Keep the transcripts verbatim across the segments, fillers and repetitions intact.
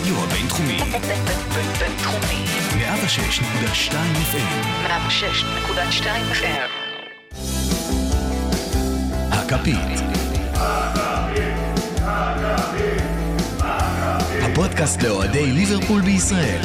הרדיו הבינתחומי. בינתחומי. מאה ושש נקודה שתיים אף אם. מאה ושש נקודה שתיים אף אם. הכפית. הפודקאסט לאוהדי ליברפול בישראל.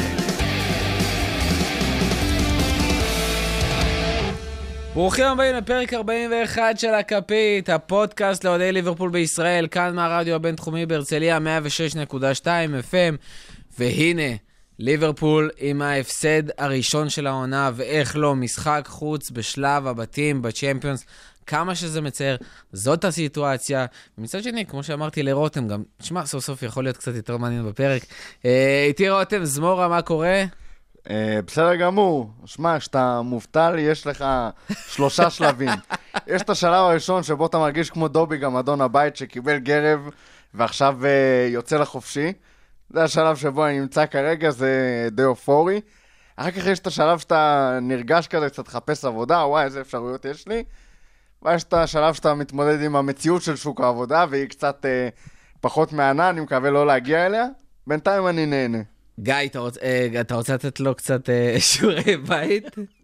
ברוכים הבאים לפרק ארבעים ואחת של הכפית, הפודקאסט לאוהדי ליברפול בישראל, כאן מהרדיו הבינתחומי בהרצליה, מאה ושש נקודה שתיים אף אם, והנה, ליברפול עם ההפסד הראשון של העונה, ואיך לא, משחק חוץ בשלב הבתים בצ'מפיונס, כמה שזה מצער, זאת הסיטואציה. ומצד שני, כמו שאמרתי לרותם, גם, תשמע, סוף סוף יכול להיות קצת יותר מעניין בפרק. איתי רותם, זמורה, מה קורה? בסדר גמור, שמע, כשאתה מובטל יש לך שלושה שלבים. יש את השלב הראשון שבו אתה מרגיש כמו דובי, גם אדון הבית שקיבל גרב ועכשיו יוצא לחופשי. זה השלב שבו אני נמצא כרגע, זה די אופורי. אחר כך יש את השלב שאתה נרגש כזה, קצת חפש עבודה, וואי, איזה אפשרויות יש לי. ויש את השלב שאתה מתמודד עם המציאות של שוק העבודה, והיא קצת אה, פחות מענה, אני מקווה לא להגיע אליה. בינתיים אני נהנה. גיא, אתה רוצה, אה, אתה רוצה לתת לו קצת אה, שיעורי בית?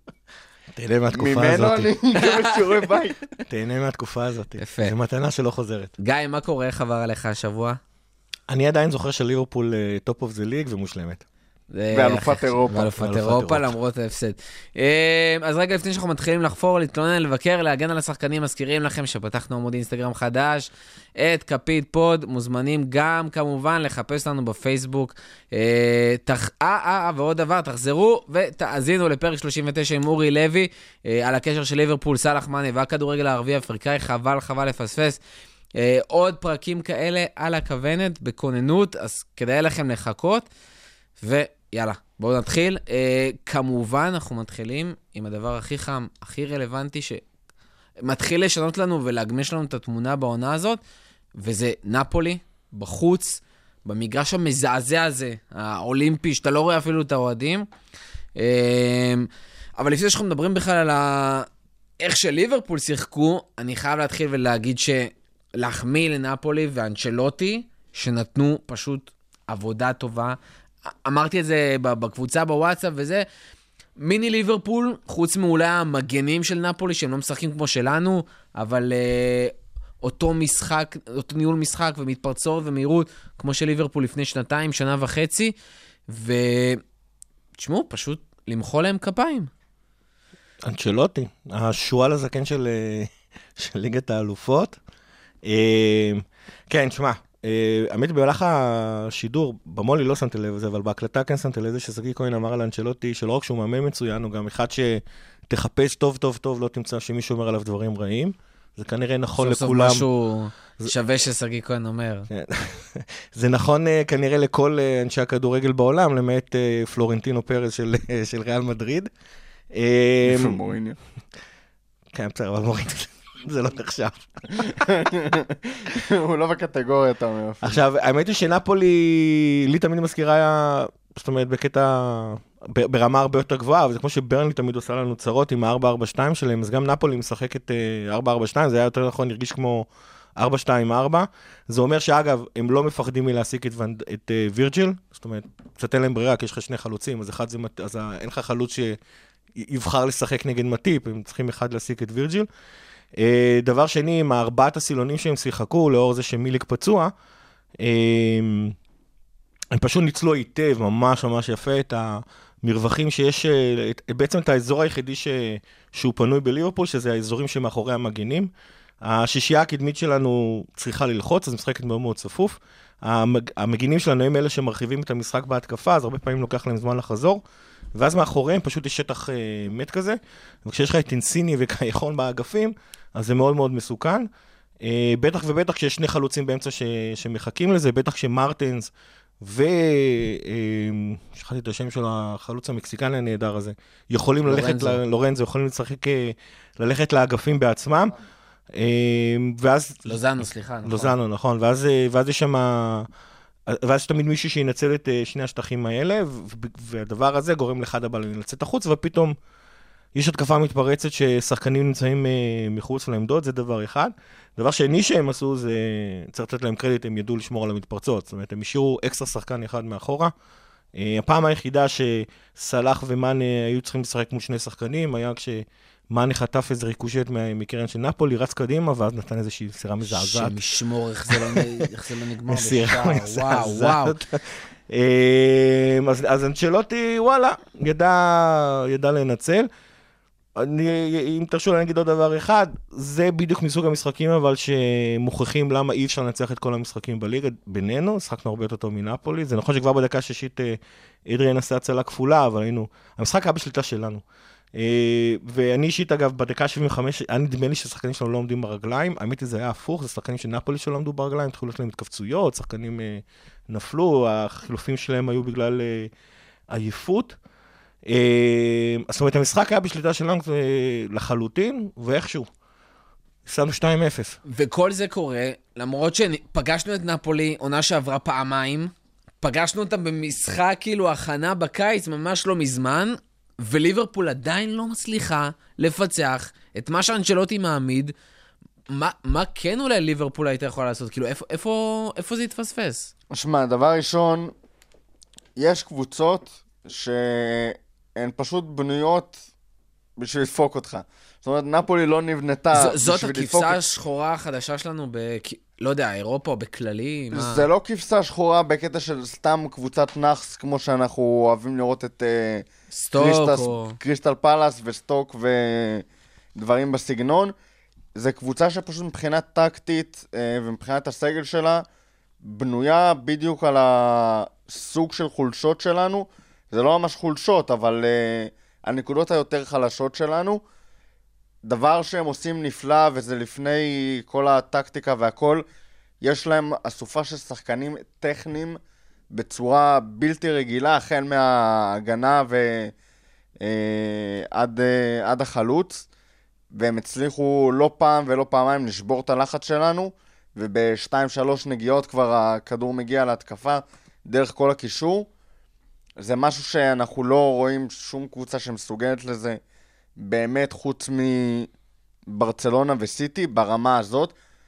תהנה מהתקופה הזאת. ממנו אני מקווה שיעורי בית. תהנה מהתקופה הזאת. יפה. זו מתנה שלא חוזרת. גיא, מה קורה? איך עבר עליך השבוע? אני עדיין זוכר של ליברפול טופ אוף זה ליג ומושלמת. ואלופת אירופה. ואלופת אירופה, למרות ההפסד. אז רגע, לפני שאנחנו מתחילים לחפור, להתלונן, לבקר, להגן על השחקנים, מזכירים לכם שפתחנו עמוד אינסטגרם חדש, את כפית פוד, מוזמנים גם כמובן לחפש לנו בפייסבוק. אה, אה, ועוד דבר, תחזרו ותאזינו לפרק שלושים ותשע עם אורי לוי, על הקשר של ליברפול, סלח מני והכדורגל הערבי האפריקאי, חבל חבל לפספס. עוד פרקים כאלה על הכוונת, בכוננות, אז כדאי לכם לחכות. ויאללה, בואו נתחיל. אה, כמובן, אנחנו מתחילים עם הדבר הכי חם, הכי רלוונטי, שמתחיל לשנות לנו ולהגמש לנו את התמונה בעונה הזאת, וזה נפולי, בחוץ, במגרש המזעזע הזה, האולימפי, שאתה לא רואה אפילו את האוהדים. אה, אבל לפני שאנחנו מדברים בכלל על ה... איך שליברפול שיחקו, אני חייב להתחיל ולהגיד שלהחמיא לנפולי ואנצ'לוטי, שנתנו פשוט עבודה טובה. אמרתי את זה בקבוצה בוואטסאפ וזה, מיני ליברפול, חוץ מאולי המגנים של נפולי, שהם לא משחקים כמו שלנו, אבל uh, אותו משחק, אותו ניהול משחק ומתפרצות ומהירות, כמו של ליברפול לפני שנתיים, שנה וחצי, ותשמעו, פשוט למחוא להם כפיים. אנצ'לוטי, השואל הזקן של, של ליגת האלופות. כן, שמע, האמת במהלך השידור, במולי לא שמתי לב לזה, אבל בהקלטה כן שמתי לב ששגיא כהן אמר על אנצ'לוטי, שלא רק שהוא מאמן מצוין, הוא גם אחד שתחפש טוב טוב טוב, לא תמצא שמישהו אומר עליו דברים רעים. זה כנראה נכון לכולם. סוף משהו שווה ששגיא כהן אומר. זה נכון כנראה לכל אנשי הכדורגל בעולם, למעט פלורנטינו פרז של ריאל מדריד. איפה מוריניו? כן, בסדר, אבל מוריניו. זה לא נחשב. הוא לא בקטגוריה, אתה אומר. עכשיו, האמת היא שנפולי, לי תמיד מזכירה, זאת אומרת, בקטע, ברמה הרבה יותר גבוהה, וזה כמו שברנלי תמיד עושה לנו צרות עם ה-ארבע ארבע שתיים שלהם, אז גם נפולי משחק את ארבע ארבע שתיים, זה היה יותר נכון, הרגיש כמו ארבע שתיים ארבע. זה אומר שאגב, הם לא מפחדים מלהסיק את, את וירג'יל, זאת אומרת, קצת אין להם ברירה, כי יש לך שני חלוצים, אז אחד זה, אז אין לך חלוץ שיבחר לשחק נגד מטיפ, הם צריכים אחד להסיק את וירג'יל. דבר שני, עם הארבעת הסילונים שהם שיחקו, לאור זה שמיליק פצוע, הם פשוט ניצלו היטב, ממש ממש יפה, את המרווחים שיש, בעצם את האזור היחידי ש, שהוא פנוי בליברפול, שזה האזורים שמאחורי המגנים. השישייה הקדמית שלנו צריכה ללחוץ, אז משחקת מאוד מאוד צפוף. המגינים שלנו הם אלה שמרחיבים את המשחק בהתקפה, אז הרבה פעמים לוקח להם זמן לחזור, ואז מאחוריהם פשוט יש שטח אה, מת כזה, וכשיש לך את אינסיני וקייחון באגפים, אז זה מאוד מאוד מסוכן. אה, בטח ובטח כשיש שני חלוצים באמצע ש, שמחכים לזה, בטח שמרטנס ו... אה, שכחתי את השם של החלוץ המקסיקני הנהדר הזה, יכולים ללכת, ל... לורנזו, יכולים לצחק, ללכת לאגפים בעצמם, אה, ואז... לוזנו, סליחה. נכון. לוזנו, נכון, ואז, ואז יש שם... ואז יש תמיד מישהו שינצל את שני השטחים האלה, והדבר הזה גורם לאחד הבעלים לצאת החוץ, ופתאום יש התקפה מתפרצת ששחקנים נמצאים מחוץ לעמדות, זה דבר אחד. דבר שני שהם עשו, זה צריך לתת להם קרדיט, הם ידעו לשמור על המתפרצות. זאת אומרת, הם השאירו אקסטרה שחקן אחד מאחורה. הפעם היחידה שסלח ומאנה היו צריכים לשחק מול שני שחקנים, היה כשמאנה חטף איזה ריקושט מקרן של נפולי, רץ קדימה, ואז נתן איזושהי סירה מזעזעת. שמשמור, איך זה לא נגמר בשעה. וואו, וואו. אז אנצ'לוטי, וואלה, ידע לנצל. אני, אם תרשו להגיד עוד דבר אחד, זה בדיוק מסוג המשחקים, אבל שמוכיחים למה אי אפשר לנצח את כל המשחקים בליגה בינינו, שחקנו הרבה יותר טוב מנפולי, זה נכון שכבר בדקה שישית אדריאן עשה הצלה כפולה, אבל היינו, המשחק היה בשליטה שלנו. ואני אישית אגב, בדקה שבעים וחמש, היה נדמה לי ששחקנים שלנו לא עומדים ברגליים, האמת היא זה היה הפוך, זה שחקנים של נפולי שלא עמדו ברגליים, התחילו להם התכווצויות, שחקנים נפלו, החילופים שלהם היו בגלל עייפות. זאת אומרת, המשחק היה בשליטה שלנו לחלוטין, ואיכשהו, עשינו שתיים אפס. וכל זה קורה, למרות שפגשנו את נפולי, עונה שעברה פעמיים, פגשנו אותם במשחק כאילו הכנה בקיץ, ממש לא מזמן, וליברפול עדיין לא מצליחה לפצח את מה שאנצ'לוטי מעמיד. מה, מה כן אולי ליברפול הייתה יכולה לעשות? כאילו, איפה, איפה, איפה זה התפספס? שמע, דבר ראשון, יש קבוצות שהן פשוט בנויות בשביל לדפוק אותך. זאת אומרת, נפולי לא נבנתה ז, בשביל זאת לדפוק... זאת הכבשה השחורה החדשה שלנו ב... לא יודע, אירופה או בכללי? מה... זה לא כבשה שחורה בקטע של סתם קבוצת נחס, כמו שאנחנו אוהבים לראות את uh, סטוק קריסטס, או... קריסטל פלאס וסטוק ודברים בסגנון. זה קבוצה שפשוט מבחינת טקטית uh, ומבחינת הסגל שלה, בנויה בדיוק על הסוג של חולשות שלנו. זה לא ממש חולשות, אבל uh, הנקודות היותר חלשות שלנו. דבר שהם עושים נפלא, וזה לפני כל הטקטיקה והכל, יש להם אסופה של שחקנים טכניים בצורה בלתי רגילה, החל מההגנה ועד עד החלוץ, והם הצליחו לא פעם ולא פעמיים לשבור את הלחץ שלנו, ובשתיים שלוש נגיעות כבר הכדור מגיע להתקפה דרך כל הקישור. זה משהו שאנחנו לא רואים שום קבוצה שמסוגלת לזה, באמת חוץ מברצלונה וסיטי ברמה הזאת.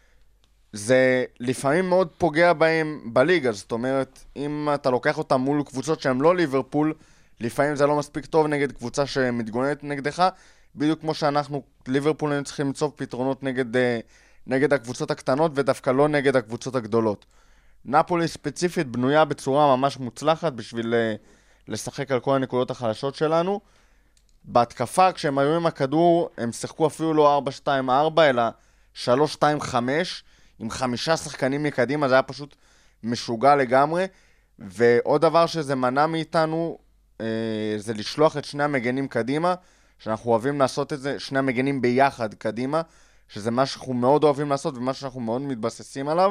זה לפעמים מאוד פוגע בהם בליגה, זאת אומרת, אם אתה לוקח אותם מול קבוצות שהן לא ליברפול, לפעמים זה לא מספיק טוב נגד קבוצה שמתגוננת נגדך, בדיוק כמו שאנחנו, ליברפול, היינו צריכים למצוא פתרונות נגד, נגד הקבוצות הקטנות, ודווקא לא נגד הקבוצות הגדולות. נפולי ספציפית בנויה בצורה ממש מוצלחת בשביל לשחק על כל הנקודות החלשות שלנו. בהתקפה, כשהם היו עם הכדור, הם שיחקו אפילו לא ארבע שתיים ארבע, אלא שלוש שתיים חמש, עם חמישה שחקנים מקדימה, זה היה פשוט משוגע לגמרי. ועוד דבר שזה מנע מאיתנו, אה, זה לשלוח את שני המגנים קדימה, שאנחנו אוהבים לעשות את זה, שני המגנים ביחד קדימה, שזה מה שאנחנו מאוד אוהבים לעשות, ומה שאנחנו מאוד מתבססים עליו.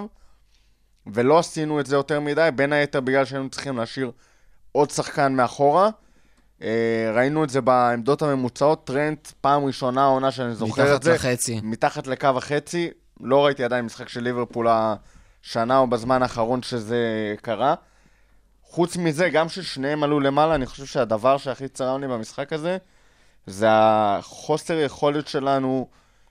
ולא עשינו את זה יותר מדי, בין היתר בגלל שהיינו צריכים להשאיר עוד שחקן מאחורה. ראינו את זה בעמדות הממוצעות, טרנט פעם ראשונה העונה שאני זוכר את זה. מתחת לחצי. מתחת לקו החצי. לא ראיתי עדיין משחק של ליברפול השנה או בזמן האחרון שזה קרה. חוץ מזה, גם ששניהם עלו למעלה, אני חושב שהדבר שהכי צרם לי במשחק הזה, זה החוסר יכולת שלנו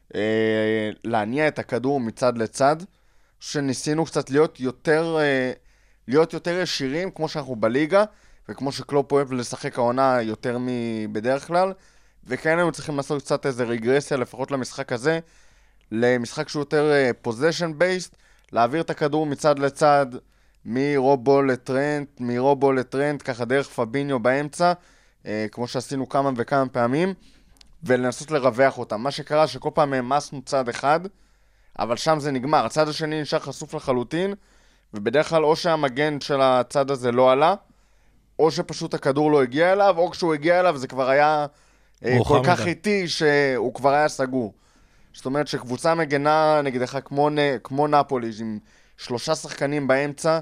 אה, להניע את הכדור מצד לצד, שניסינו קצת להיות יותר, אה, להיות יותר ישירים, כמו שאנחנו בליגה, וכמו שקלופ אוהב לשחק העונה יותר מבדרך כלל, וכן היינו צריכים לעשות קצת איזה רגרסיה, לפחות למשחק הזה, למשחק שהוא יותר possession based, להעביר את הכדור מצד לצד, מרובו לטרנט, מרובו לטרנט, ככה דרך פביניו באמצע, כמו שעשינו כמה וכמה פעמים, ולנסות לרווח אותם. מה שקרה שכל פעם המסנו צד אחד, אבל שם זה נגמר. הצד השני נשאר חשוף לחלוטין, ובדרך כלל או שהמגן של הצד הזה לא עלה, או שפשוט הכדור לא הגיע אליו, או כשהוא הגיע אליו זה כבר היה כל כך איטי שהוא כבר היה סגור. זאת אומרת שקבוצה מגנה נגדך כמו, כמו נפולי, עם שלושה שחקנים באמצע,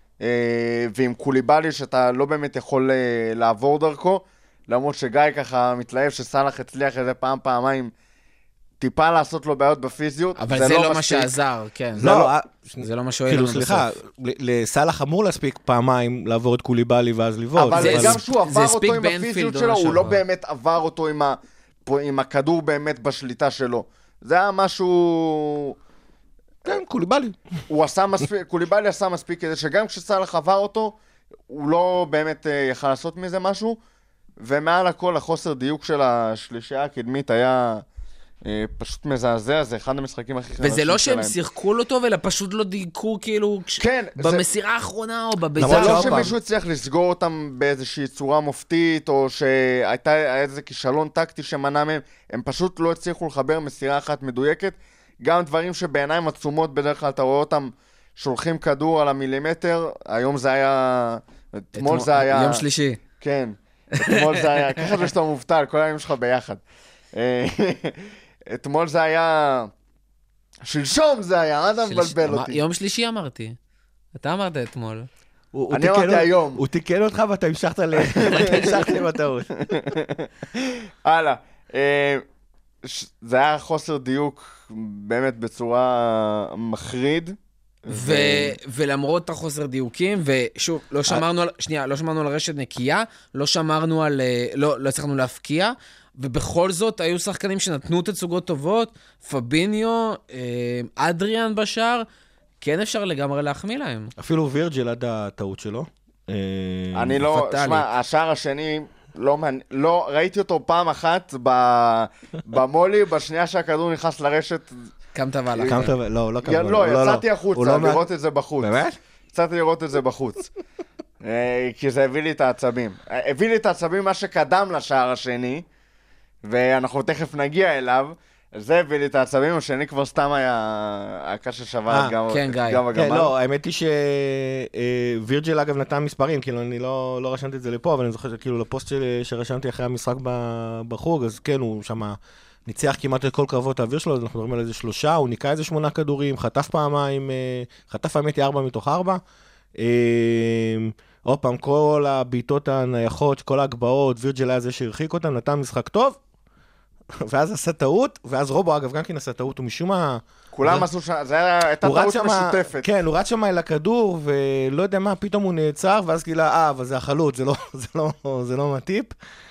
ועם קוליבאלי שאתה לא באמת יכול לעבור דרכו, למרות שגיא ככה מתלהב שסלח הצליח איזה פעם פעמיים טיפה לעשות לו בעיות בפיזיות. אבל זה, זה לא, לא מה שעזר, כן. לא, לא, זה לא מה שואל כאילו, לנו סליחה, לסלח אמור להספיק פעמיים לעבור את קוליבאלי ואז לבעוט. אבל גם שהוא עבר אותו עם הפיזיות שלו, הוא לא באמת עבר אותו עם עם הכדור באמת בשליטה שלו. זה היה משהו... כן, קוליבאלי. הוא עשה מספיק, קוליבאלי עשה מספיק כדי שגם כשסלח עבר אותו, הוא לא באמת יכל לעשות מזה משהו, ומעל הכל החוסר דיוק של השלישייה הקדמית היה אה, פשוט מזעזע, זה אחד המשחקים הכי חלשים שלהם. וזה לא שהם שיחקו לו טוב, אלא פשוט לא דייקו כאילו כן, במסירה זה... האחרונה או בביזה. זה לא שמישהו הצליח לסגור אותם באיזושהי צורה מופתית, או שהייתה איזה כישלון טקטי שמנע מהם, הם פשוט לא הצליחו לחבר מסירה אחת מדויקת, גם דברים שבעיניים עצומות בדרך כלל אתה רואה אותם שולחים כדור על המילימטר, היום זה היה, אתמול זה היה... יום שלישי. כן, אתמול זה היה, ככה זה שאתה מובטל, כל הימים שלך ביחד. אתמול זה היה, שלשום זה היה, מה אתה מבלבל אותי? יום שלישי אמרתי, אתה אמרת אתמול. אני אמרתי היום. הוא תיקן אותך ואתה המשכת למטרות. הלאה. זה היה חוסר דיוק באמת בצורה מחריד. ולמרות החוסר דיוקים, ושוב, לא שמרנו על, שנייה, לא שמרנו על רשת נקייה, לא שמרנו על, לא הצלחנו להפקיע, ובכל זאת היו שחקנים שנתנו תצוגות טובות, פביניו, אדריאן בשער, כן אפשר לגמרי להחמיא להם. אפילו וירג'ל עד הטעות שלו. אני לא, שמע, השער השני... לא, לא, ראיתי אותו פעם אחת במולי, בשנייה שהכדור נכנס לרשת. קמת ועלה. קמת ועלה, לא, לא קמת ועלה. לא, יצאתי החוצה, לראות את זה בחוץ. באמת? יצאתי לראות את זה בחוץ. כי זה הביא לי את העצבים. הביא לי את העצבים מה שקדם לשער השני, ואנחנו תכף נגיע אליו. זה הביא לי את העצבים, השני כבר סתם היה הקש ששבר גם הגמר. כן, לא, האמת היא שווירג'ל אגב נתן מספרים, כאילו אני לא רשמתי את זה לפה, אבל אני זוכר כאילו לפוסט שרשמתי אחרי המשחק בחוג, אז כן, הוא שם ניצח כמעט את כל קרבות האוויר שלו, אז אנחנו מדברים על איזה שלושה, הוא ניקה איזה שמונה כדורים, חטף פעמיים, חטף האמת היא ארבע מתוך ארבע. עוד פעם, כל הביטות הנייחות, כל ההגבהות, וירג'ל היה זה שהרחיק אותם, נתן משחק טוב, ואז עשה טעות, ואז רובו, אגב, גם כן עשה טעות, הוא משום מה... כולם עשו שם, זה הייתה טעות משותפת. כן, הוא רץ שם אל הכדור, ולא יודע מה, פתאום הוא נעצר, ואז גילה, אה, אבל זה החלוץ, זה לא מהטיפ.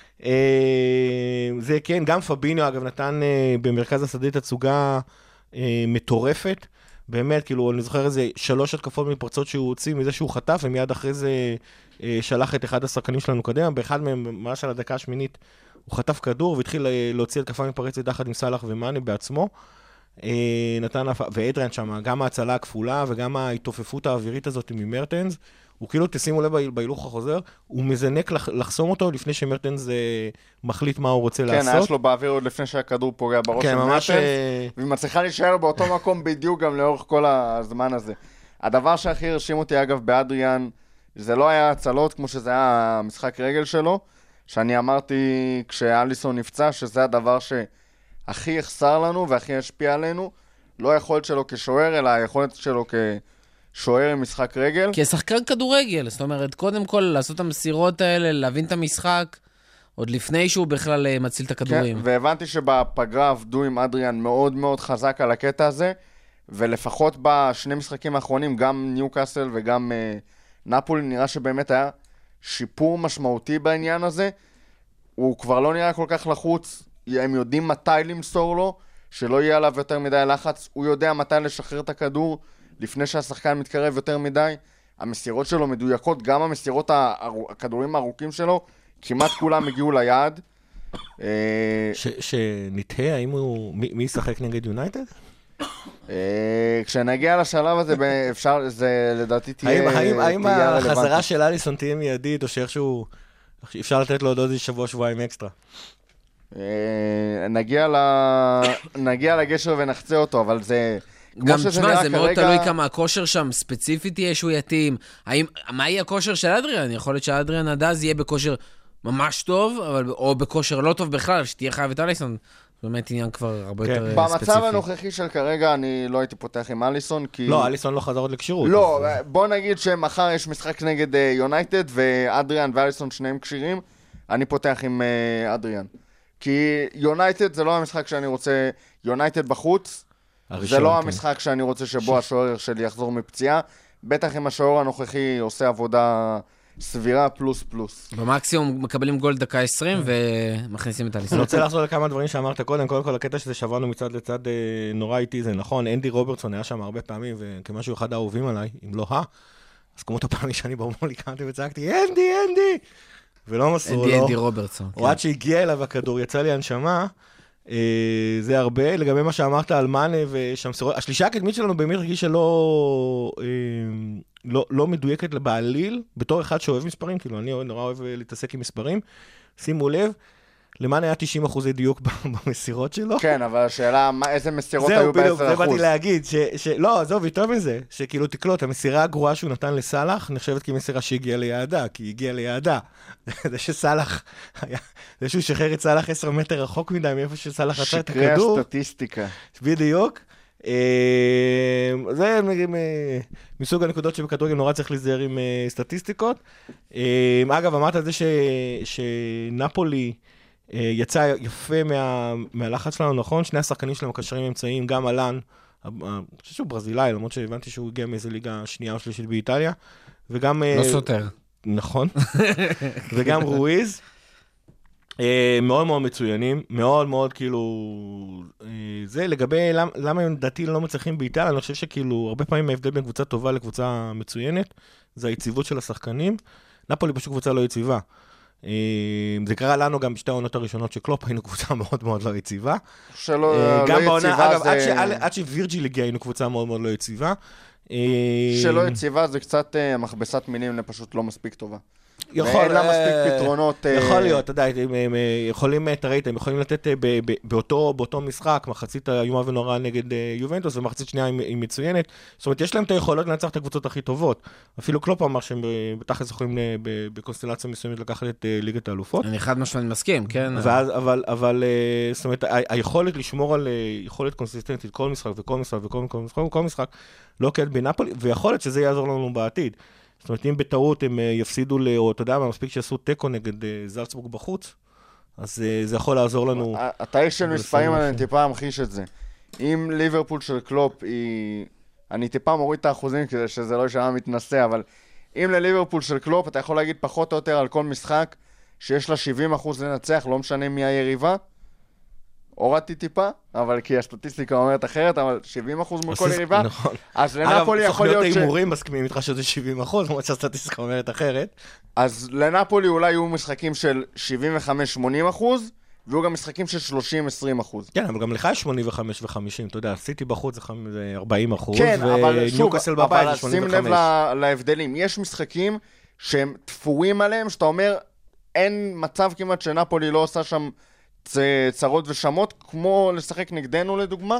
זה כן, גם פביניו, אגב, נתן במרכז השדה תצוגה מטורפת, באמת, כאילו, אני זוכר איזה שלוש התקפות מפרצות שהוא הוציא מזה שהוא חטף, ומיד אחרי זה שלח את אחד השחקנים שלנו קדימה, באחד מהם, ממש על הדקה השמינית, הוא חטף כדור והתחיל להוציא התקפה מפרצת יחד עם סלח ומאני בעצמו. נתן, ואדריאן שם, גם ההצלה הכפולה וגם ההתעופפות האווירית הזאת ממרטנס, הוא כאילו, תשימו לב בהילוך החוזר, הוא מזנק לחסום אותו לפני שמרטנס מחליט מה הוא רוצה לעשות. כן, היה שלו באוויר עוד לפני שהכדור פוגע בראש של מרטנס, והיא מצליחה להישאר באותו מקום בדיוק גם לאורך כל הזמן הזה. הדבר שהכי הרשים אותי אגב באדריאן, זה לא היה הצלות כמו שזה היה המשחק רגל שלו, שאני אמרתי כשאליסון נפצע, שזה הדבר שהכי יחסר לנו והכי ישפיע עלינו, לא היכולת שלו כשוער, אלא היכולת שלו כשוער עם משחק רגל. כי השחקן כדורגל, זאת אומרת, קודם כל לעשות את המסירות האלה, להבין את המשחק, עוד לפני שהוא בכלל מציל את הכדורים. כן, והבנתי שבפגרה עבדו עם אדריאן מאוד מאוד חזק על הקטע הזה, ולפחות בשני משחקים האחרונים, גם ניוקאסל וגם uh, נאפולי, נראה שבאמת היה שיפור משמעותי בעניין הזה. הוא כבר לא נראה כל כך לחוץ, הם יודעים מתי למסור לו, שלא יהיה עליו יותר מדי לחץ, הוא יודע מתי לשחרר את הכדור, לפני שהשחקן מתקרב יותר מדי. המסירות שלו מדויקות, גם המסירות הכדורים הארוכים שלו, כמעט כולם הגיעו ליעד. שנתהה, האם הוא... מי ישחק נגד יונייטד? כשנגיע לשלב הזה, אפשר, זה לדעתי תהיה... האם החזרה של אליסון תהיה מיידית, או שאיכשהו אפשר לתת לו עוד איזה שבוע, שבועיים אקסטרה? נגיע לגשר ונחצה אותו, אבל זה... גם תשמע, זה מאוד תלוי כמה הכושר שם ספציפית יהיה שהוא יתאים. מה יהיה הכושר של אדריאן? יכול להיות שאדריאן עד אז יהיה בכושר ממש טוב, או בכושר לא טוב בכלל, שתהיה חייבת אליסון. באמת עניין כבר הרבה יותר ספציפי. במצב הנוכחי של כרגע אני לא הייתי פותח עם אליסון, כי... לא, אליסון לא חזר עוד לקשירות. לא, בוא נגיד שמחר יש משחק נגד יונייטד, ואדריאן ואליסון שניהם קשירים, אני פותח עם אדריאן. כי יונייטד זה לא המשחק שאני רוצה, יונייטד בחוץ, זה לא המשחק שאני רוצה שבו השוער שלי יחזור מפציעה, בטח אם השוער הנוכחי עושה עבודה סבירה פלוס פלוס. במקסימום מקבלים גול דקה עשרים ומכניסים את אני הליסון. רוצה לחזור לכמה דברים שאמרת קודם, קודם כל הקטע שזה שברנו מצד לצד נורא איטי, זה נכון, אנדי רוברטסון היה שם הרבה פעמים, וכמשהו אחד האהובים עליי, אם לא ה, אז כמות הפעמים שאני ברמולי קמתי וצעקתי, אנדי, אנדי! ולא מסרו לו. אנדי, אנדי רוברטסון. או עד שהגיע אליו הכדור, יצא לי הנשמה, זה הרבה, לגבי מה שאמרת על מאנה ושמסירות, השלישה הקדמית שלנו באמת הרגישה לא, לא, לא מדויקת בעליל, בתור אחד שאוהב מספרים, כאילו אני נורא אוהב להתעסק עם מספרים, שימו לב, למאנה היה תשעים אחוזי דיוק במסירות שלו. כן, אבל השאלה, איזה מסירות היו ב-עשרה אחוז? זהו, זה באתי להגיד, לא, עזוב, יותר מזה, שכאילו תקלוט, המסירה הגרועה שהוא נתן לסלח, נחשבת כמסירה שהגיעה ליעדה, כי היא הגיעה ליעדה. זה שסלח, זה שהוא שחרר את סלח עשרה מטר רחוק מדי, מאיפה שסלח רצה את הכדור. שקרי הסטטיסטיקה. בדיוק. זה מסוג הנקודות שבכדורגל נורא צריך להיזהר עם סטטיסטיקות. אגב, אמרת על זה שנפולי יצא יפה מה, מהלחץ שלנו, נכון? שני השחקנים שלהם הקשרים אמצעיים, גם אלן, אני חושב שהוא ברזילאי, למרות שהבנתי שהוא הגיע מאיזה ליגה שנייה או שלישית באיטליה, וגם... לא סותר. נכון. וגם רואיז, מאוד מאוד מצוינים, מאוד מאוד כאילו... זה לגבי למה הם דעתי לא מצליחים באיטליה, אני חושב שכאילו הרבה פעמים ההבדל בין קבוצה טובה לקבוצה מצוינת, זה היציבות של השחקנים, נפולי פשוט קבוצה לא יציבה. זה קרה לנו גם בשתי העונות הראשונות שקלופ, היינו קבוצה מאוד מאוד לא יציבה. שלא יציבה זה... עד שווירג'יל הגיע, היינו קבוצה מאוד מאוד לא יציבה. שלא יציבה זה קצת מכבסת מינים לפשוט לא מספיק טובה. יכול, ואין לה מספיק פתרונות. יכול להיות, אתה יודע, הם יכולים, תראית, הם יכולים לתת באותו משחק, מחצית איומה ונורא נגד יובנטוס, ומחצית שנייה היא מצוינת. זאת אומרת, יש להם את היכולות לנצח את הקבוצות הכי טובות. אפילו קלופ אמר שהם בתכלס יכולים בקונסטלציה מסוימת לקחת את ליגת האלופות. אני חד משמעית מסכים, כן. אבל, זאת אומרת, היכולת לשמור על יכולת קונסיסטנטית כל משחק וכל משחק וכל משחק, לא קיימת בנפולי, ויכול להיות שזה יעזור לנו בעתיד. זאת אומרת, אם בטעות הם יפסידו, או אתה יודע מה, מספיק שעשו טקו נגד זלצבורג בחוץ, אז זה יכול לעזור לנו. אתה איש של מספרים, אני טיפה אמחיש את זה. אם ליברפול של קלופ היא... אני טיפה מוריד את האחוזים כדי שזה לא ישמע מתנסה, אבל אם לליברפול של קלופ אתה יכול להגיד פחות או יותר על כל משחק שיש לה שבעים אחוז לנצח, לא משנה מי היריבה, הורדתי טיפה, אבל כי הסטטיסטיקה אומרת אחרת, אבל שבעים אחוז מול כל יריבה, אז לנפולי יכול להיות ש... אגב, סוכניות ההימורים מסכימים איתך שזה שבעים אחוז, למרות שהסטטיסטיקה אומרת אחרת. אז לנפולי אולי יהיו משחקים של שבעים וחמש שמונים אחוז, והיו גם משחקים של שלושים עשרים אחוז. כן, אבל גם לך יש שמונים וחמש וחמישים, אתה יודע, סיטי בחוץ זה ארבעים אחוז, כן, אבל שוב, אבל שמונים וחמש. שים לב להבדלים. יש משחקים שהם תפורים עליהם, שאתה אומר, אין מצב כמעט שנפולי לא עושה שם צרות ושמות, כמו לשחק נגדנו לדוגמה,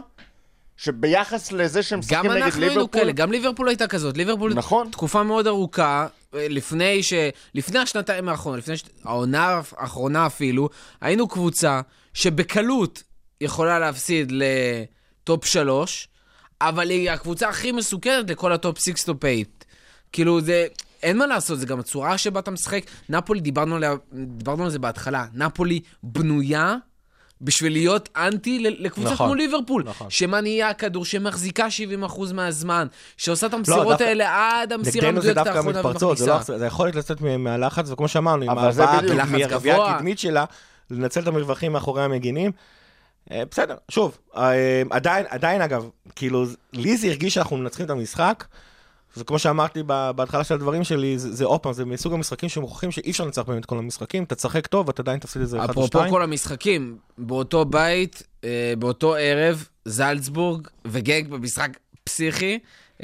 שביחס לזה שהם משחקים נגד ליברפול... גם אנחנו היינו כאלה, גם ליברפול הייתה כזאת. ליברפול נכון. תקופה מאוד ארוכה, לפני ש... לפני השנתיים האחרונות, לפני ש... העונה האחרונה אפילו, היינו קבוצה שבקלות יכולה להפסיד לטופ שלוש, אבל היא הקבוצה הכי מסוכנת לכל הטופ שש, טופ שמונה. כאילו זה... אין מה לעשות, זה גם הצורה שבה אתה משחק. נפולי, דיברנו עליה, דיברנו על זה בהתחלה, נפולי בנויה בשביל להיות אנטי לקבוצה נכון, כמו ליברפול, נכון. שמניעה הכדור, שמחזיקה שבעים אחוז מהזמן, שעושה את המסירות לא, האלה עד המסירה המדויקת האחרונה ומכניסה. זה, לא, זה יכול לצאת מהלחץ, וכמו שאמרנו, עם הרביעה הקדמית שלה, לנצל את המרווחים מאחורי המגינים. בסדר, שוב, עדיין, עדיין אגב, כאילו, לי זה הרגיש שאנחנו מנצחים את המשחק, זה כמו שאמרתי בהתחלה של הדברים שלי, זה, זה אופן, זה מסוג המשחקים שמוכרחים שאי אפשר לנצח באמת כל המשחקים, אתה צחק טוב, אתה עדיין תפסיד איזה אחד או שתיים. אפרופו כל המשחקים, באותו בית, באותו ערב, זלצבורג וגג במשחק פסיכי,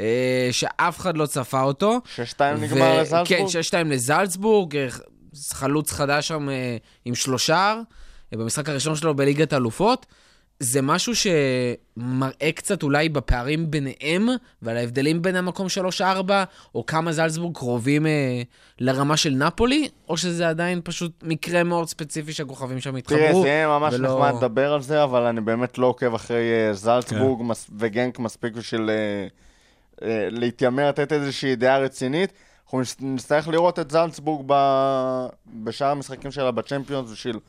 שאף אחד לא צפה אותו. שש שתיים נגמר לזלצבורג? כן, שש שתיים לזלצבורג, חלוץ חדש שם עם שלושה, במשחק הראשון שלו בליגת האלופות. זה משהו שמראה קצת אולי בפערים ביניהם, ועל ההבדלים בין המקום שלוש ארבע, או כמה זלצבורג קרובים אה, לרמה של נפולי, או שזה עדיין פשוט מקרה מאוד ספציפי שהכוכבים שם התחברו. תראה, זה ממש ולא... נחמד לדבר על זה, אבל אני באמת לא עוקב אחרי uh, זלצבורג כן. מס... וגנק מספיק בשביל uh, uh, להתיימר, לתת איזושהי דעה רצינית. אנחנו נצטרך לראות את זלצבורג ב... בשאר המשחקים שלה בצ'מפיונס, בשביל...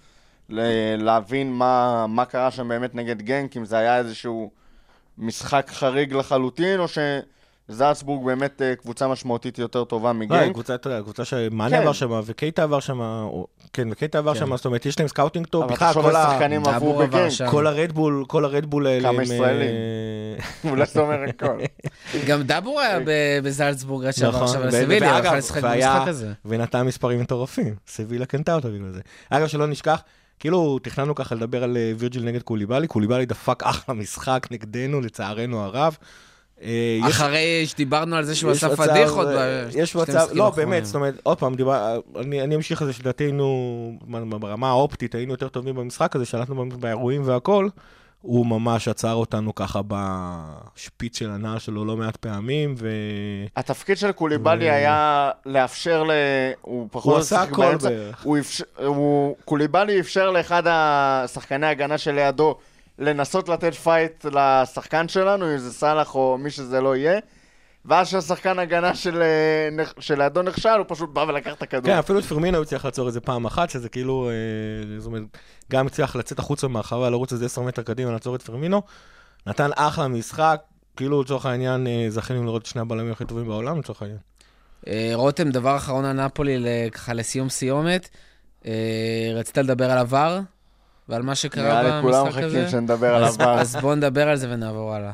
להבין מה, מה קרה שם באמת נגד גנק, אם זה היה איזשהו משחק חריג לחלוטין, או זלצבורג באמת קבוצה משמעותית יותר טובה לא, מגנק. קבוצה שמאני עבר שם, וקייטה עבר שם, כן, וקייטה עבר שם, זאת אומרת, יש להם סקאוטינג טוב, אבל בכלל, תחשוב כל על ה... שחקנים עברו דאבור עבר בגנק. שם. כל הרדבול, כל הרדבול האלה... כמה ישראלים. אולי זה אומר הכל. גם דאבור היה ב- בזלצבורג עד שעבר נכון, עכשיו ו- לסביליה, הוא ואגב, יכול לשחק והיה- במשחק הזה. ונתן מספרים מטורפים, סבילה קנתה אותה בגלל זה. אגב, שלא נשכח, כאילו תכננו ככה לדבר על אה, וירג'יל נגד קוליבאלי, קוליבאלי דפק אחלה משחק נגדנו, לצערנו הרב. אה, יש- אחרי שדיברנו על זה שהוא יש עשה מצב, פדיחות. אה, בשתי יש מצב, משחקים לא, האחרונים. באמת, זאת אומרת, עוד פעם, דיבר, אני, אני אמשיך לזה שלדעתנו, ברמה האופטית, היינו יותר טובים במשחק הזה, שלטנו באירועים והכל, הוא ממש עצר אותנו ככה בשפיץ של הנער שלו לא מעט פעמים, ו... התפקיד של קוליבאלי היה לאפשר ל... הוא פחות... הוא עשה שיחק הכל באמצע. בערך. הוא אפשר... הוא... קוליבאלי אפשר לאחד השחקני ההגנה שלידו לנסות לתת פייט לשחקן שלנו, אם זה סלח או מי שזה לא יהיה, ואז שהשחקן הגנה של... שלידו נכשל, הוא פשוט בא ולקח את הכדור. כן, אפילו את פרמינו הוא הצליח לעצור את זה פעם אחת, שזה כאילו, אה, זאת אומרת, גם הצליח לצאת החוצה מהרחבה, לרוץ איזה עשרה מטר קדימה, לעצור את פרמינו, נתן אחלה משחק, כאילו לצורך העניין, אה, זכינו לראות את שני הבלמים הכי טובים בעולם, לצורך העניין. אה, רותם, דבר אחרון על נפולי, ל- ככה לסיום סיומת. אה, רצית לדבר על עבר ועל מה שקרה נראה לי כולם במשחק הזה? מחכים שנדבר על אז- עבר. אז בואו נדבר על זה ונעבור הלאה.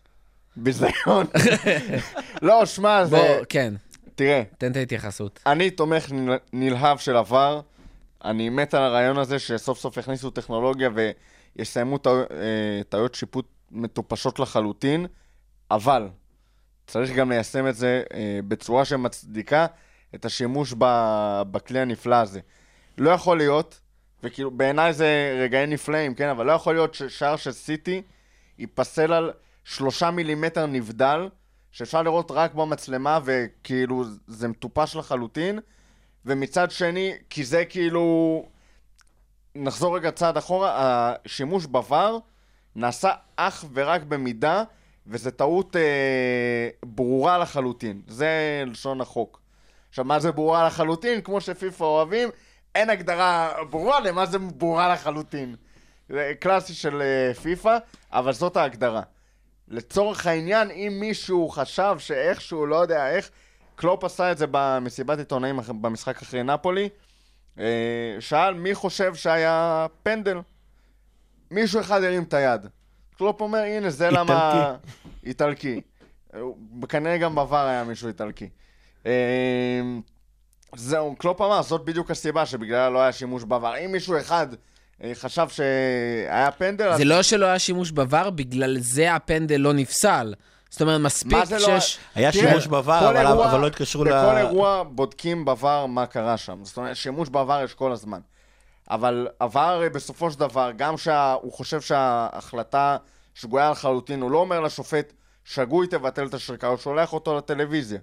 ביזיון. לא, שמע, זה... בוא, כן, תראה, תן את ההתייחסות. אני תומך נל- נלהב של עבר, אני מת על הרעיון הזה שסוף סוף הכניסו טכנולוגיה ויסיימו טעו- אה, טעויות שיפוט מטופשות לחלוטין, אבל צריך גם ליישם את זה אה, בצורה שמצדיקה את השימוש ב- בכלי הנפלא הזה. לא יכול להיות, וכאילו בעיניי זה רגעים נפלאים, כן? אבל לא יכול להיות ששער של סיטי ייפסל על שלושה מילימטר נבדל, שאפשר לראות רק במצלמה, וכאילו זה מטופש לחלוטין, ומצד שני, כי זה כאילו... נחזור רגע צעד אחורה, השימוש בוואר נעשה אך ורק במידה, וזה טעות אה, ברורה לחלוטין. זה לשון החוק. עכשיו, מה זה ברורה לחלוטין? כמו שפיפה אוהבים, אין הגדרה ברורה למה זה ברורה לחלוטין. זה קלאסי של אה, פיפה, אבל זאת ההגדרה. לצורך העניין, אם מישהו חשב שאיכשהו, לא יודע איך, קלופ עשה את זה במסיבת עיתונאים במשחק אחרי נפולי, אה, שאל מי חושב שהיה פנדל. מישהו אחד הרים את היד. קלופ אומר, הנה זה למה... איטלקי. כנראה גם בעבר היה מישהו איטלקי. אה, זהו, קלופ אמר, זאת בדיוק הסיבה שבגלל לא היה שימוש בעבר. אם מישהו אחד אה, חשב שהיה פנדל... אז... זה לא שלא היה שימוש בעבר, בגלל זה הפנדל לא נפסל. זאת אומרת, מספיק מה זה לא- שיש... היה תראה, שימוש בעבר, כל אבל אירוע- אבל לא התקשרו ל... בכל אירוע בודקים בעבר מה קרה שם. זאת אומרת, שימוש בעבר יש כל הזמן. אבל עבר בסופו של דבר, גם שהוא חושב שההחלטה שגויה לחלוטין, הוא לא אומר לשופט, שגוי תבטל את השריקה, הוא שולח אותו לטלוויזיה.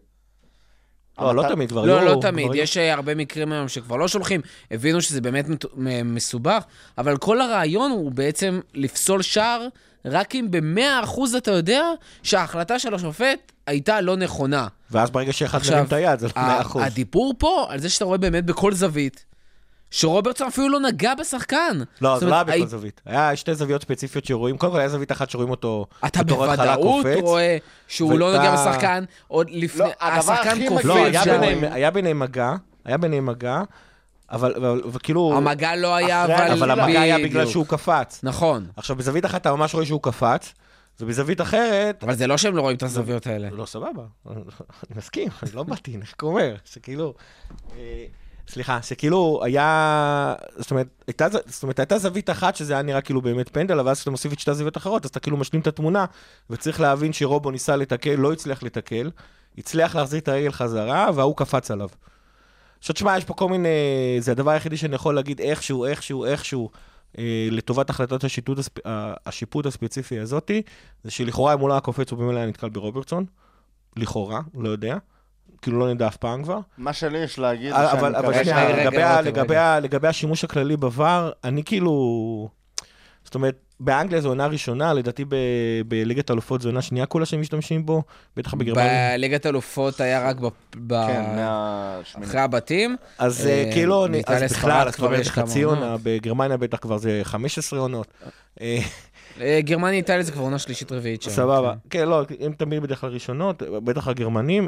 לא, לא המטרה- תמיד כבר. לא, היו- לא כבר תמיד. היו- יש אה, הרבה מקרים היום שכבר לא שולחים, הבינו שזה באמת מת- מ- מסובך, אבל כל הרעיון הוא בעצם לפסול שער, רק אם ב-מאה אחוז אתה יודע שההחלטה של השופט הייתה לא נכונה. ואז ברגע שאחד עכשיו, מרים את היד, זה לא ה- מאה אחוז. הדיבור פה על זה שאתה רואה באמת בכל זווית, שרוברטסון אפילו לא נגע בשחקן. לא, זאת זה לא היה אומרת, בכל הי- זווית. היה שתי זוויות ספציפיות שרואים, קודם כל היה זווית אחת שרואים אותו אתה בתור התחלה בוודאות קופץ. רואה שהוא לא ואתה- נוגע בשחקן, עוד לפני, לא, הדבר השחקן הכי קופץ. לא, מגעיל היה שם. ביניהם- היה ביניהם מגע, היה ביניהם מגע, אבל אבל- וכאילו... המגע לא היה, אחרי אבל... אבל המגע היה בדיוק. בגלל שהוא קפץ. נכון. עכשיו, בזווית אחת אתה ממש רואה שהוא קפץ, ובזווית אחרת... אבל זה לא שהם לא רואים את הזוויות האלה. לא, סבבה, אני מסכים, אני לא באתי, איך אומר, שכאילו, אה, סליחה, שכאילו היה, זאת אומרת, הייתה, ז- זאת אומרת, הייתה זווית אחת שזה היה נראה כאילו באמת פנדל, אבל אז כשאתה מוסיף את שתי זוויות אחרות, אז אתה כאילו משלים את התמונה, וצריך להבין שרובו ניסה לתקל, לא הצליח לתקל, הצליח להחזיר את הרגל חזרה, והוא קפץ עליו. עכשיו, תשמע, יש פה כל מיני, זה הדבר היחידי שאני יכול להגיד איכשהו, איכשהו, איכשהו, אה, לטובת החלטת השיפוט, הספ... השיפוט הספציפי הזאתי, זה שלכאורה אם הוא לא היה קופץ, הוא במילא היה נתקל ברוברטסון, לכאורה, לא יודע, כאילו לא נדע אף פעם כבר. מה שלי יש להגיד, זה אבל, שאני אבל, אבל מקווה שנייה, רגע, לגבי, רגע, ה- רותם, לגבי, רגע. ה- לגבי השימוש הכללי בוואר, אני כאילו, זאת אומרת, באנגליה זו עונה ראשונה, לדעתי ב- בליגת אלופות זו עונה שנייה כולה שהם משתמשים בו, בטח בגרמניה. בליגת אלופות היה רק ב... ב- כן, מהשמיני. אחרי הבתים. אז אה, אה, כאילו, אני- באיטליה, אז ספרד בכלל, כבר כבר יש יש כמה חצי עונות. עונה, בגרמניה בטח כבר זה חמש עשרה עונות. אה, גרמניה, איטליה זה כבר עונה שלישית רביעית שם. סבבה. כן, לא, הם תמיד בדרך כלל ראשונות, בטח הגרמנים.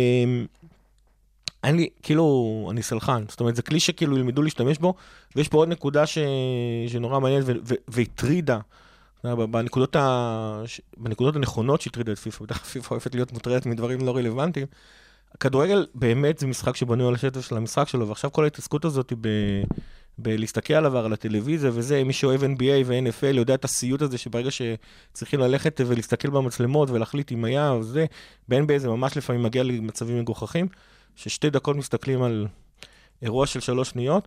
אין לי, כאילו, אני סלחן. זאת אומרת, זה כלי שכאילו ילמדו להשתמש בו, ויש פה עוד נקודה שנורא מעניינת והטרידה. בנקודות, ה... בנקודות הנכונות שהטרידה את פיפה, בטח פיפה אוהבת להיות מוטרדת מדברים לא רלוונטיים. הכדורגל באמת זה משחק שבנוי על השטף של המשחק שלו, ועכשיו כל ההתעסקות הזאת היא ב... בלהסתכל עליו על הטלוויזיה וזה, מי שאוהב אן בי איי ו-אן אף אל יודע את הסיוט הזה שברגע שצריכים ללכת ולהסתכל במצלמות ולהחליט אם היה או זה, ב-אן בי איי זה ממש לפעמים מגיע למצבים מגוחכים, ששתי דקות מסתכלים על אירוע של שלוש שניות.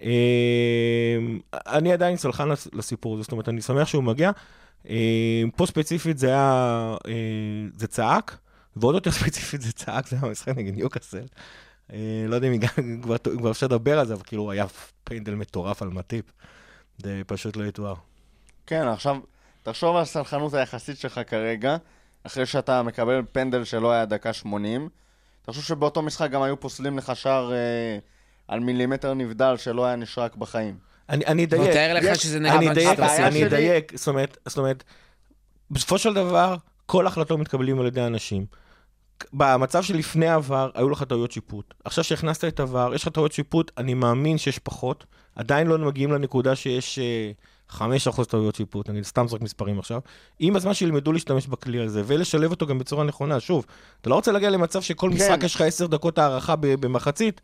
אני עדיין סלחן לסיפור הזה, זאת אומרת, אני שמח שהוא מגיע. פה ספציפית זה היה, זה צעק, ועוד יותר ספציפית זה צעק, זה היה משחק נגד ניוקאסל. לא יודע אם כבר אפשר לדבר על זה, אבל כאילו היה פנדל מטורף על מטיפ. זה פשוט לא יתואר. כן, עכשיו, תחשוב על הסלחנות היחסית שלך כרגע, אחרי שאתה מקבל פנדל שלא היה דקה שמונים, תחשוב שבאותו משחק גם היו פוסלים לך שער אה, על מילימטר נבדל שלא היה נשרק בחיים. אני, אני אדייק. תאר לך שזה נגד אני אדייק, מנצ'סטר אני אדייק. זאת אומרת, זאת אומרת, בסופו של דבר, כל החלטות מתקבלים על ידי אנשים. במצב שלפני עבר, היו לך טעויות שיפוט. עכשיו שהכנסת את עבר, יש לך טעויות שיפוט, אני מאמין שיש פחות. עדיין לא מגיעים לנקודה שיש חמש אחוז טעויות שיפוט, נגיד, סתם זרק מספרים עכשיו. אם הזמן שילמדו להשתמש בכלי הזה, ולשלב אותו גם בצורה נכונה, שוב, אתה לא רוצה להגיע למצב שכל משחק יש לך עשר דקות הערכה במחצית,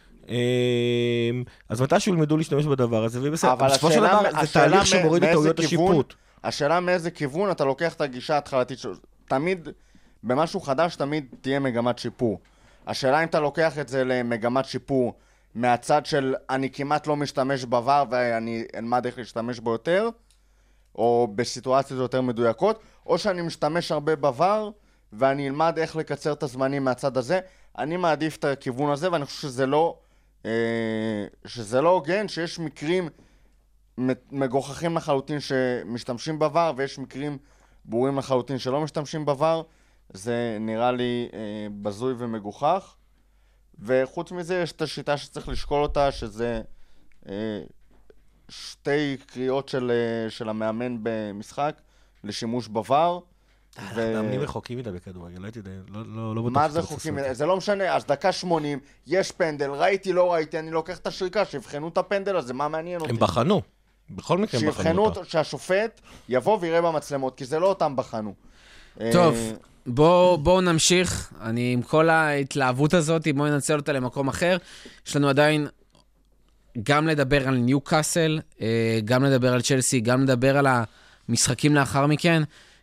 אז מתי שילמדו להשתמש בדבר הזה, ובסופו של דבר, זה תהליך שמוריד את טעויות השיפוט. השאלה מאיזה כיוון אתה לוקח את הגישה ההתחלתית שלו. תמיד, במשהו חדש, תמיד תהיה מגמת שיפור. השאלה אם אתה לוקח את זה למגמת שיפור, מהצד של אני כמעט לא משתמש בעבר ואני אלמד איך להשתמש בו יותר, או בסיטואציות יותר מדויקות, או שאני משתמש הרבה בעבר ואני אלמד איך לקצר את הזמנים מהצד הזה. אני מעדיף את הכיוון הזה, ואני חושב שזה לא, אה, שזה לא הוגן, שיש מקרים מגוחכים לחלוטין שמשתמשים בעבר, ויש מקרים ברורים לחלוטין שלא משתמשים בעבר. זה נראה לי אה, בזוי ומגוחך. וחוץ מזה יש את השיטה שצריך לשקול אותה, שזה אה, שתי קריאות של, אה, של המאמן במשחק לשימוש בעבר. מאמנים רחוקים מדי בכדורגל, לא הייתי די, לא בטוח. מה זה רחוקים מדי? זה לא משנה, אז דקה שמונים, יש פנדל, ראיתי, לא ראיתי, אני לוקח את השריקה, שיבחנו את הפנדל הזה, מה מעניין אותי? הם בחנו, בכל מקרה הם בחנו אותה. שהשופט יבוא ויראה במצלמות, כי זה לא אותם בחנו. טוב. בואו בוא נמשיך, אני עם כל ההתלהבות הזאת, בואו ננצל אותה למקום אחר. יש לנו עדיין גם לדבר על ניוקאסל, גם לדבר על צ'לסי, גם לדבר על המשחקים לאחר מכן.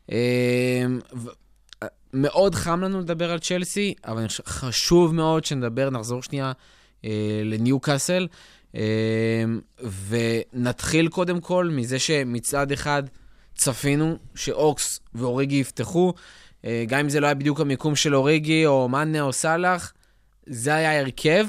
מאוד חם לנו לדבר על צ'לסי, אבל חשוב מאוד שנדבר, נחזור שנייה לניוקאסל, ונתחיל קודם כל מזה שמצד אחד צפינו שאוקס ואוריגי יפתחו, גם אם זה לא היה בדיוק המיקום של אוריגי, או מנה או סלח, זה היה הרכב.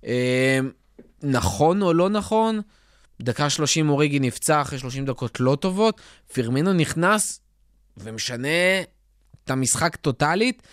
נכון או לא נכון, דקה שלושים אוריגי נפצע אחרי שלושים דקות לא טובות, פירמינו נכנס ומשנה את המשחק טוטלית.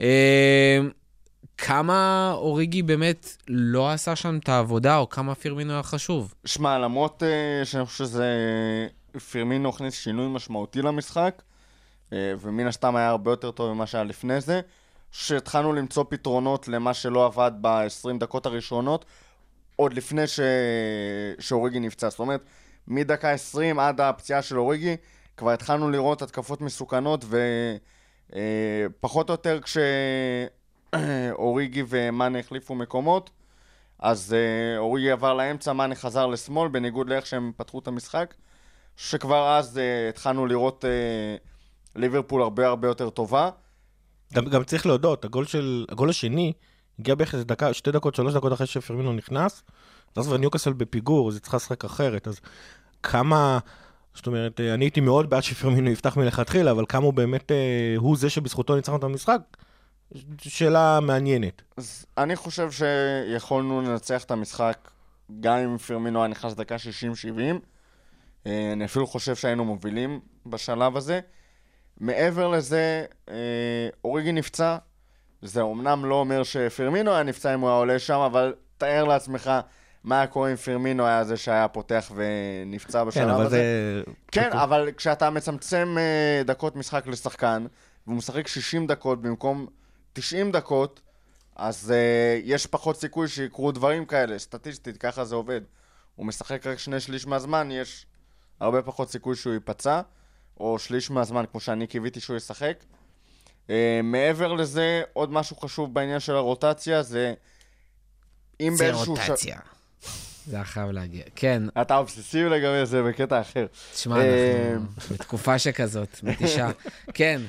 כמה אוריגי באמת לא עשה שם את העבודה, או כמה פירמינו היה חשוב? שמע, למרות שאני חושב שזה פירמינו הכניס שינוי משמעותי למשחק, ומן הסתם היה הרבה יותר טוב ממה שהיה לפני זה, שהתחלנו למצוא פתרונות למה שלא עבד ב-עשרים דקות הראשונות, עוד לפני ש... שאוריגי נפצע. זאת אומרת, מדקה עשרים עד הפציעה של אוריגי, כבר התחלנו לראות התקפות מסוכנות, ופחות או יותר כשאוריגי ומאנה החליפו מקומות, אז אוריגי עבר לאמצע, מאנה חזר לשמאל, בניגוד לאיך שהם פתחו את המשחק, שכבר אז התחלנו לראות ליברפול הרבה הרבה יותר טובה. גם, גם צריך להודות, הגול של, הגול השני הגיע בערך איזה דקה, שתי דקות, שלוש דקות אחרי שפירמינו נכנס, ואז כבר ניוקאסל בפיגור, זה צריך לשחק אחרת, אז כמה, זאת אומרת, אני הייתי מאוד בעד שפירמינו יפתח מלכתחילה, אבל כמה הוא באמת, הוא זה שבזכותו ניצחנו את המשחק, שאלה מעניינת. אז אני חושב שיכולנו לנצח את המשחק, גם אם פירמינו היה נכנס דקה שישים שבעים, אני אפילו חושב שהיינו מובילים בשלב הזה. מעבר לזה, אוריגי נפצע, זה אומנם לא אומר שפירמינו היה נפצע אם הוא היה עולה שם, אבל תאר לעצמך, מה היה קורה אם פירמינו היה זה שהיה פותח ונפצע בשלב כן, אבל הזה. זה... כן, אבל כשאתה מצמצם אה, דקות משחק לשחקן, והוא משחק שישים דקות במקום תשעים דקות, אז אה, יש פחות סיכוי שיקרו דברים כאלה, סטטיסטית, ככה זה עובד. הוא משחק רק שני שליש מהזמן, יש הרבה פחות סיכוי שהוא ייפצע, או שליש מהזמן, כמו שאני קיוויתי שהוא ישחק. Uh, מעבר לזה, עוד משהו חשוב בעניין של הרוטציה, זה אם זה באיזשהו... רוטציה. זה היה חייב להגיע. כן, אתה אובססיבי לגבי זה בקטע אחר. תשמע, אנחנו בתקופה שכזאת, מתישה. כן,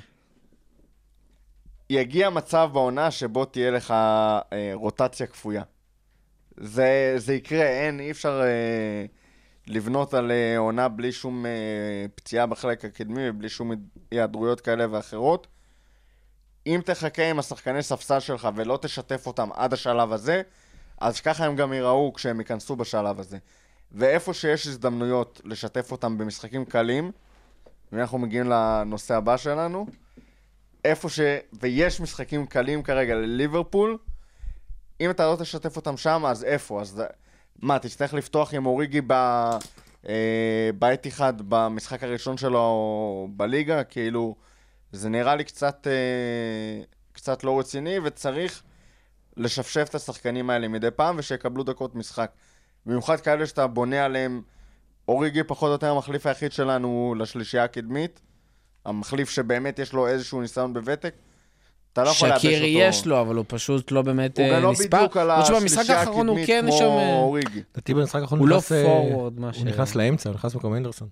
יגיע מצב בעונה שבו תהיה לך אה, רוטציה כפויה. זה, זה יקרה, אין, אי אפשר אה, לבנות על אה, עונה בלי שום אה, פציעה בחלק הקדמי ובלי שום היעדרויות כאלה ואחרות. אם תחכה עם השחקני ספסל שלך ולא תשתף אותם עד השלב הזה, אז ככה הם גם ייראו כשהם ייכנסו בשלב הזה. ואיפה שיש הזדמנויות לשתף אותם במשחקים קלים, ואנחנו מגיעים לנושא הבא שלנו, איפה ש... ויש משחקים קלים כרגע לליברפול, אם אתה לא תשתף אותם שם, אז איפה? אז מה, תצטרך לפתוח עם אוריגי ב... אה, בעת אחד במשחק הראשון שלו בליגה, כאילו זה נראה לי קצת, אה, קצת לא רציני, וצריך לשפשף את השחקנים האלה מדי פעם, ושיקבלו דקות משחק. במיוחד כאלה שאתה בונה עליהם, אוריגי פחות או יותר המחליף היחיד שלנו לשלישייה הקדמית, המחליף שבאמת יש לו איזשהו ניסיון בוותק, אתה לא יכול להבש אותו. שקירי יש לו, אבל הוא פשוט לא באמת נספר. הוא גם לא בדיוק על השלישייה הקדמית כמו אוריגי. לדעתי במשחק האחרון הוא לא נכנס, אה, פורוורד, מה ש... הוא נכנס לאמצע, הוא נכנס במקום אנדרסון.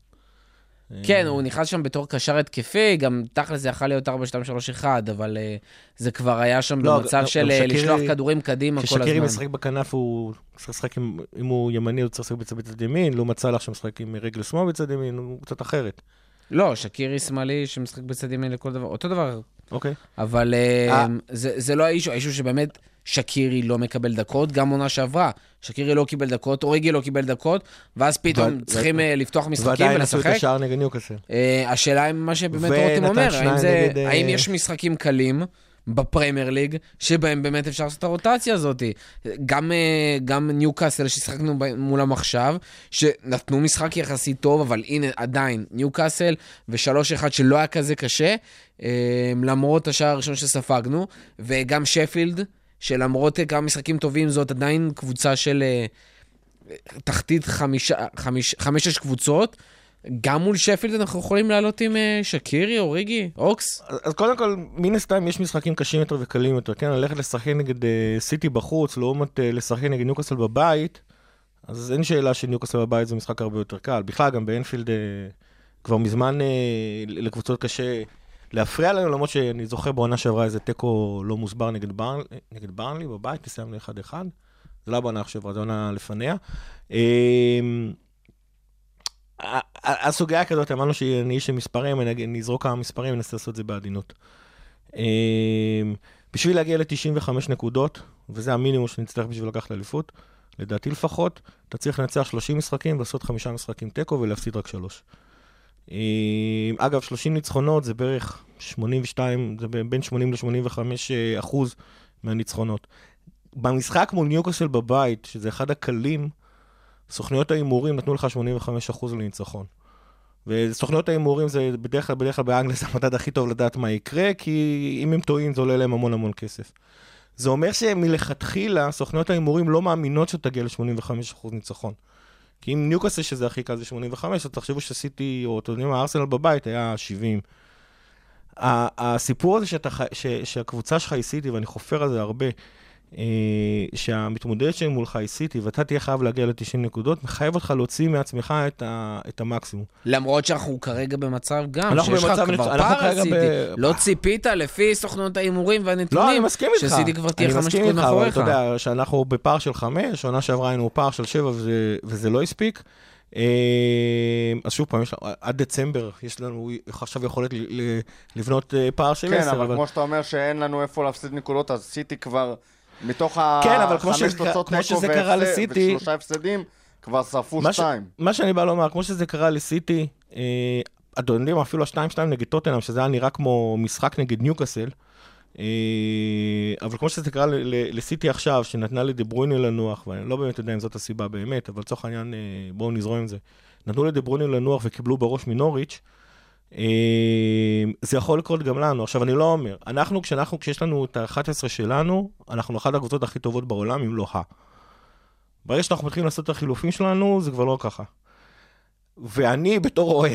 כן, הוא נכנס שם בתור קשר התקפי, גם תכל'ס זה יכול להיות ארבע שתיים שלוש אחת, אבל uh, זה כבר היה שם לא, במצב לא, של לא, שקירי, לשלוח כדורים קדימה כל הזמן. כששקירי משחק בכנף, הוא צריך לשחק עם, אם הוא ימני, הוא צריך לשחק בצד ימין, לעומת סלאח שמשחק עם רגל שמאל בצד ימין, הוא קצת אחרת. לא, שקירי שמאלי שמשחק בצד ימין לכל דבר, אותו דבר. אוקיי. אבל uh, זה, זה לא האישו, האישו שבאמת שקירי לא מקבל דקות, גם עונה שעברה. שקירי לא קיבל דקות, אוריגי לא קיבל דקות, ואז פתאום צריכים לפתוח משחקים ולשחק. ועדיין עשו את השער נגד ניוקאסל. השאלה היא מה שבאמת רותם אומר, האם יש משחקים קלים בפרמייר ליג, שבהם באמת אפשר לעשות את הרוטציה הזאת. גם, גם ניוקאסל ששחקנו מולם עכשיו, שנתנו משחק יחסית טוב, אבל הנה עדיין ניוקאסל ושלוש אחד שלא היה כזה קשה, למרות השער הראשון שספגנו, וגם שפילד, שלמרות כמה משחקים טובים, זאת עדיין קבוצה של תחתית חמישה, חמיש, חמש קבוצות, גם מול שפילד אנחנו יכולים לעלות עם שקירי, אוריגי, אוקס? אז קודם כל, מן הסתם יש משחקים קשים יותר וקלים יותר, כן? ללכת לשחק נגד סיטי בחוץ, לעומת לשחק נגד ניוקאסל בבית, אז אין שאלה שניוקאסל בבית זה משחק הרבה יותר קל. בכלל, גם באנפילד כבר מזמן לקבוצות קשה להפריע לנו, למרות שאני זוכר בעונה שעברה איזה טקו לא מוסבר נגד ברנלי, נגד ברנלי בבית, נסיים ל-אחד אחד. זה לא בעונה שעברה, זה עונה לפניה. הסוגיה כזאת, אמרנו שאני איש של מספרים, אני אזרוק כמה מספרים, ננסה לעשות את זה בעדינות. בשביל להגיע ל-תשעים וחמש נקודות, וזה המינימום שנצטרך בשביל לקחת לאליפות, לדעתי לפחות, אתה צריך לנצח שלושים משחקים, ולעשות חמישה משחקים טקו ולהפסיד רק שלוש. אגב, שלושים ניצחונות זה בערך שמונים ושתיים, זה בין שמונים ל-שמונים וחמישה אחוז מהניצחונות. במשחק מול ניוקאסל בבית, שזה אחד הקלים, סוכניות האימורים נתנו לך שמונים וחמישה אחוז לניצחון. וסוכניות האימורים זה בדרך כלל, בדרך כלל באנגליה זה המדד הכי טוב לדעת מה יקרה, כי אם הם טועים זה עולה להם המון המון כסף. זה אומר שמלכתחילה, סוכניות האימורים לא מאמינות שתגיע ל-שמונים וחמישה אחוז ניצחון. כי אם ניוקאסל שזה הכי קל זה שמונים וחמש, אז תחשבו שסיטי, או אתם יודעים, הארסנל בבית היה שבעים. הסיפור הזה שאתה, ש, שהקבוצה שלך היא סיטי, ואני חופר על זה הרבה, שהמתמודדת שלי מולך היא סיטי, ואתה תהיה חייב להגיע ל-תשעים נקודות, מחייב אותך להוציא מעצמך את, ה, את המקסימום. למרות שאנחנו כרגע במצב גם, שיש לך כבר פער על סיטי. לא ציפית לפי סוכנות האימורים והנתונים, לא, אני מסכים איתך. שסיטי כבר תהיה חמש נקודות מאחוריך. אבל אתה יודע שאנחנו בפער של חמש, עונה שעברה היינו פער של שבע, וזה, וזה לא הספיק. אז שוב פעם, עד דצמבר יש לנו עכשיו יכולת לבנות פער של עשר. כן, אבל כמו שאתה אומר שאין לנו איפה להפסיד נקודות, אז סיטי כבר מתוך החמש תוצאות נקו ושלושה הפסדים, כבר שרפו שתיים. מה שאני בא לומר, כמו שזה קרה לסיטי, אתם יודעים, אפילו השתיים שתיים נגד טוטנהאם, שזה היה נראה כמו משחק נגד ניוקאסל, אבל כמו שזה קרה לסיטי עכשיו, שנתנה לדברויני לנוח, ואני לא באמת יודע אם זאת הסיבה באמת, אבל לצורך העניין, בואו נזרום עם זה. נתנו לדברויני לנוח וקיבלו בראש מנוריץ', זה יכול לקרות גם לנו. עכשיו, אני לא אומר, אנחנו, כשאנחנו, כשיש לנו את ה-אחת עשרה שלנו, אנחנו אחת הקבוצות הכי טובות בעולם, אם לא ה. ברגע שאנחנו מתחילים לעשות את החילופים שלנו, זה כבר לא ככה. ואני, בתור אוהד,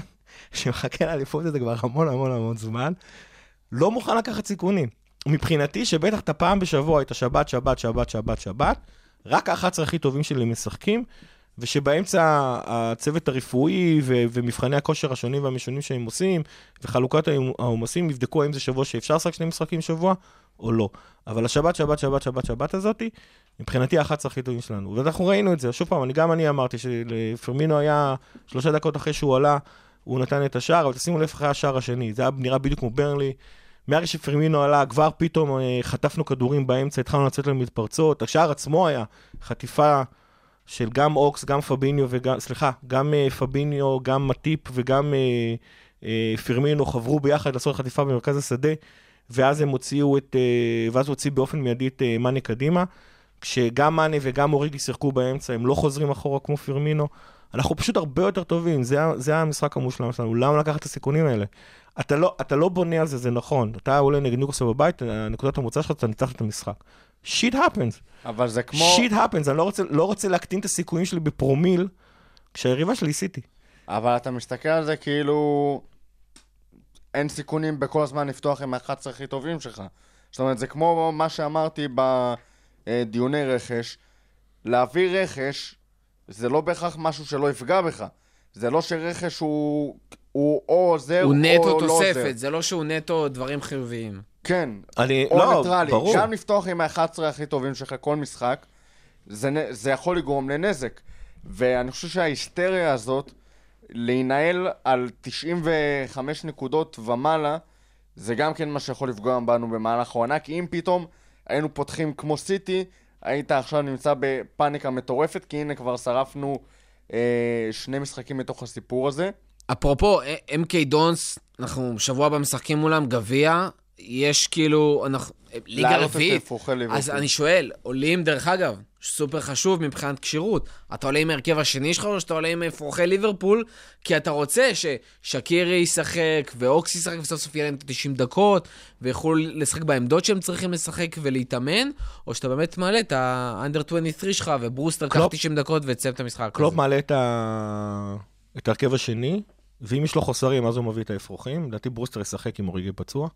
שמחכה לאליפות הזה כבר המון המון המון זמן, לא מוכן לקחת סיכונים. מבחינתי, שבטח את הפעם בשבוע, את השבת, שבת, שבת, שבת, שבת, רק ה-אחת עשרה הכי טובים שלי משחקים, ושבאמצע הצוות הרפואי ו- ומבחני הכושר השונים והמשונים שהם עושים, וחלוקת העומסים, יבדקו האם זה שבוע שאפשר לשחק שני משחקים שבוע, או לא. אבל השבת, שבת, שבת, שבת, שבת הזאת, מבחינתי ה-אחת עשרה הכי טובים שלנו. ואנחנו ראינו את זה. שוב פעם, אני, גם אני אמרתי שלפרמינו היה שלושה דקות אחרי שהוא עלה, הוא נתן את השער, אבל תשימו לב אחרי השער השני. זה היה נראה בדיוק כמו ברנלי. מהרגע שפרמינו עלה, כבר פתאום חטפנו כדורים באמצע, התחלנו לצאת להם מתפרצות. השער עצמו היה חטיפה של גם אוקס, גם פביניו וגם, סליחה, גם פביניו, גם מטיפ וגם אה, אה, פרמינו חברו ביחד לעשות חטיפה במרכז השדה, ואז הם הוציאו את, אה, ואז הוציאו באופן מיידי את אה, מני קדימה, כשגם מני וגם אוריגי שיחקו באמצע, הם לא חוזרים אחורה כמו פרמינו, אנחנו פשוט הרבה יותר טובים, זה, זה המשחק המושלם שלנו, למה לקחת את הסיכונים האלה? אתה לא, אתה לא בונה על זה, זה נכון, אתה עולה נגד ניוקאסל בבית, נקודת המוצא שלך, אתה ניצח את המשחק. שיט happens. אבל זה כמו... שיט happens, אני לא רוצה, לא רוצה להקטין את הסיכויים שלי בפרומיל, כשהיריבה שלי סיטי. אבל אתה מסתכל על זה כאילו... אין סיכונים בכל הזמן לפתוח עם ה-אחת עשרה הכי טובים שלך. זאת אומרת, זה כמו מה שאמרתי בדיוני רכש, להביא רכש, זה לא בהכרח משהו שלא יפגע בך. זה לא שרכש הוא, הוא או עוזר או לא עוזר. הוא נטו תוספת, זה לא שהוא נטו דברים חיוביים. כן, אני, או לא, ניטרלי. ברור. גם לפתוח עם ה-אחת עשרה הכי טובים שלך כל משחק, זה, זה יכול לגרום לנזק. ואני חושב שההיסטריה הזאת, להינהל על תשעים וחמש נקודות ומעלה, זה גם כן מה שיכול לפגוע בנו במהלך העונה, כי אם פתאום היינו פותחים כמו סיטי, היית עכשיו נמצא בפאניקה מטורפת, כי הנה כבר שרפנו אה, שני משחקים מתוך הסיפור הזה. אפרופו, אם קיי דונס, אנחנו שבוע הבא משחקים מולם גביע, יש כאילו, אנחנו, ליגה רביעית, אז אני שואל, עולים דרך אגב, סופר חשוב מבחינת קשירות, אתה עולה עם הרכב השני שלך, או שאתה עולה עם פרוחי ליברפול, כי אתה רוצה ששקירי ישחק, ואוקס ישחק, וסוף סוף יהיה להם תשעים דקות, ויכולו לשחק בעמדות שהם צריכים לשחק ולהתאמן, או שאתה באמת מעלה את ה-אנדר עשרים ושלוש שלך, וברוסטר קח תשעים דקות וצב את המשחק. קלופ מעלה את ה... את הרכב השני, ואם יש לו חוסרים, אז הוא מביא את האפרוחים. לדעתי ברוסטר ישחק עם אוריגי פצוע.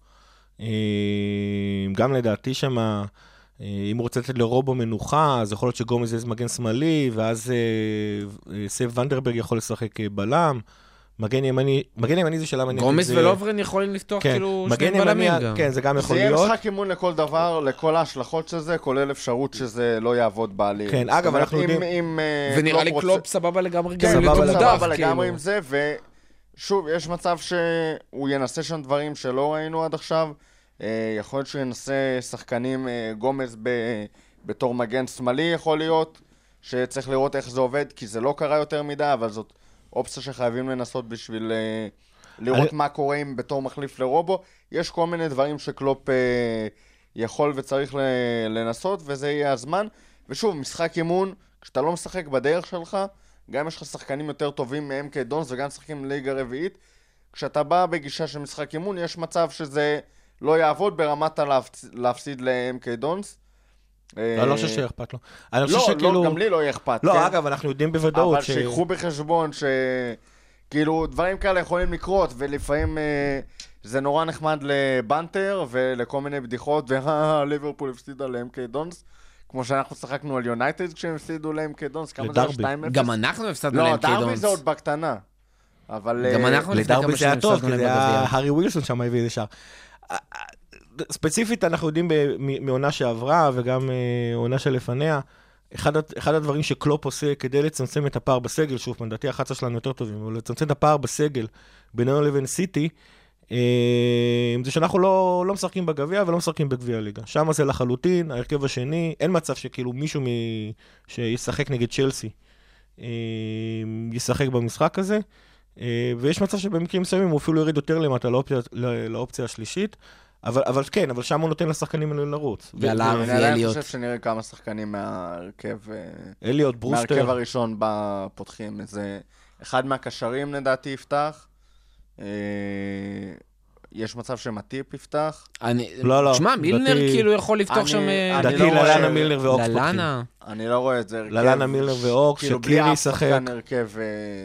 גם לדעתי שמה, אם הוא רוצה לתת לרובו מנוחה, אז יכול להיות שגומז יהיה מגן שמאלי, ואז סייב ונדרברג יכול לשחק בלם. מגן ימני, מגן ימני זה שאלה מעניינת. גומז ולוברן יכולים לפתוח כאילו שני בלמים גם. כן, זה גם יכול זה להיות. יהיה משחק אימון לכל דבר, לכל ההשלכות של זה, כולל אפשרות שזה לא יעבוד בעלי. כן, אגב, אנחנו יודעים... ונראה לי קלופ סבבה לגמרי גם כן, להיות קלופ מודח. סבבה לגמרי עם זה, ושוב, יש מצב שהוא ינסה שם דברים שלא ראינו עד עכשיו. יכול להיות שהוא ינסה שחקנים גומז בתור מגן שמאלי, יכול להיות שצריך לראות איך זה עובד, כי זה לא קרה יותר מדי, אבל זאת אופציה שחייבים לנסות בשביל uh, לראות אני... מה קורה עם בתור מחליף לרובו. יש כל מיני דברים שקלופ uh, יכול וצריך לנסות, וזה יהיה הזמן. ושוב, משחק אימון, כשאתה לא משחק בדרך שלך, גם יש לך שחקנים יותר טובים מ-אם קיי דונס וגם שחקים ליגה רביעית. כשאתה בא בגישה של משחק אימון, יש מצב שזה לא יעבוד ברמת להפסיד ל-אם קיי דונס. אני לא חושב שאכפת לו. לא, גם לי לא יהיה אכפת. לא, אגב, אנחנו יודעים בוודאות אבל שיקחו בחשבון שכאילו דברים כאלה יכולים לקרות, ולפעמים זה נורא נחמד לבנטר ולכל מיני בדיחות, וליברפול הפסידה ל-אם קיי דונס, כמו שאנחנו שחקנו על יונייטד כשהם הפסידו ל-אם קיי דונס, כמה זה היה שתיים אפס? גם אנחנו הפסדנו ל-אם קיי דונס. לא, דרבי זה עוד בקטנה. גם אנחנו לפני כמה שנים הפסדנו להם בגביע. הארי ווילסון שם הביא לשאר. ספציפית אנחנו יודעים מעונה שעברה וגם עונה שלפניה, אחד, אחד הדברים שקלופ עושה כדי לצמצם את הפער בסגל, שוב, לדעתי החצה שלנו יותר טובים, אבל לצמצם את הפער בסגל בינינו לבין סיטי, זה שאנחנו לא, לא משחקים בגביע ולא משחקים בגביע הליגה. שם זה לחלוטין, ההרכב השני, אין מצב שכאילו מישהו מ... שישחק נגד צ'לסי ישחק במשחק הזה, ויש מצב שבמקרים מסוימים הוא אפילו יוריד יותר למטה לאופציה, לאופציה השלישית, אבל, אבל כן, אבל שם הוא נותן לשחקנים האלה לרוץ. ועליו אני עדיין אליוט. חושב שנראה כמה שחקנים מהרכב, אליוט, ברוסטר. מהרכב הראשון בפותחים. זה אחד מהקשרים לדעתי יפתח. יש מצב שמטיפ יפתח. אני... לא, לא. תשמע, מילנר דעתי- כאילו יכול לפתוח אני- שם... אני לדעתי לא רואה- ללנה מילנר ואוקס פותחים. ללנה. אני לא רואה את זה הרכב. ללנה מילנר ואוקס, כאילו, בלי שקירי אף ישחק. שחקן הרכב, אה,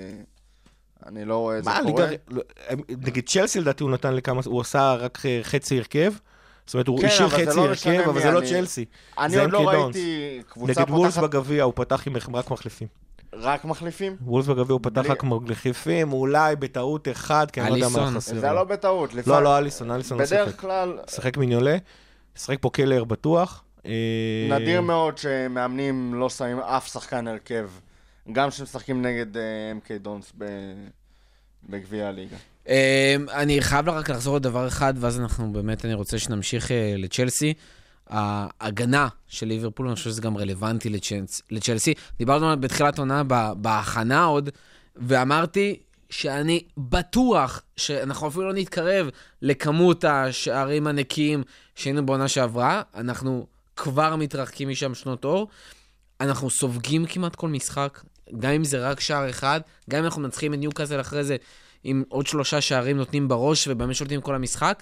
אני לא רואה את זה מה, קורה. ליגה... נגיד צ'לסי לדעתי הוא נתן לכמה... הוא עשה רק חצי הרכב. זאת אומרת, הוא כן, השאיר אבל זה חצי לא משנה הרכב, אבל מי, זה לא אני- צ'לסי. אני זה עוד לא אנקי דונס. ראיתי קבוצה נגד וולס פותחת בגביע הוא פתח עם רק מחליפים. רק מחליפים. וולס בגביע הוא פתח בלי- רק מחליפים, אולי בטעות אחד, כי אני לא יודע מה אליסון. חסר. זה לא בטעות. לא, לפעמים- לא, אליסון, אליסון לא שיחק. בדרך כלל, שיחק מיניולה, שיחק פה קלר בטוח. אה, נדיר מאוד שמאמנים לא שמים אף שחקן הרכב, גם שמשחקים נגד אם קיי דונס ב- בגביע הליגה. אמ, אני חייב רק לחזור לדבר אחד, ואז אנחנו באמת, אני רוצה שנמשיך אה, לצ'לסי. ההגנה של ליברפול, אני חושב שזה גם רלוונטי לצ'לס- לצ'לסי. דיברנו על בתחילת עונה, ב- בהכנה עוד, ואמרתי שאני בטוח שאנחנו אפילו לא נתקרב לכמות השערים הנקיים שהיינו בעונה שעברה. אנחנו כבר מתרחקים משם שנות אור. אנחנו סופגים כמעט כל משחק, גם אם זה רק שער אחד, גם אם אנחנו מנצחים את ניוקאסל אחרי זה, עם עוד שלושה שערים נותנים בראש, ובאמת שולטים כל המשחק.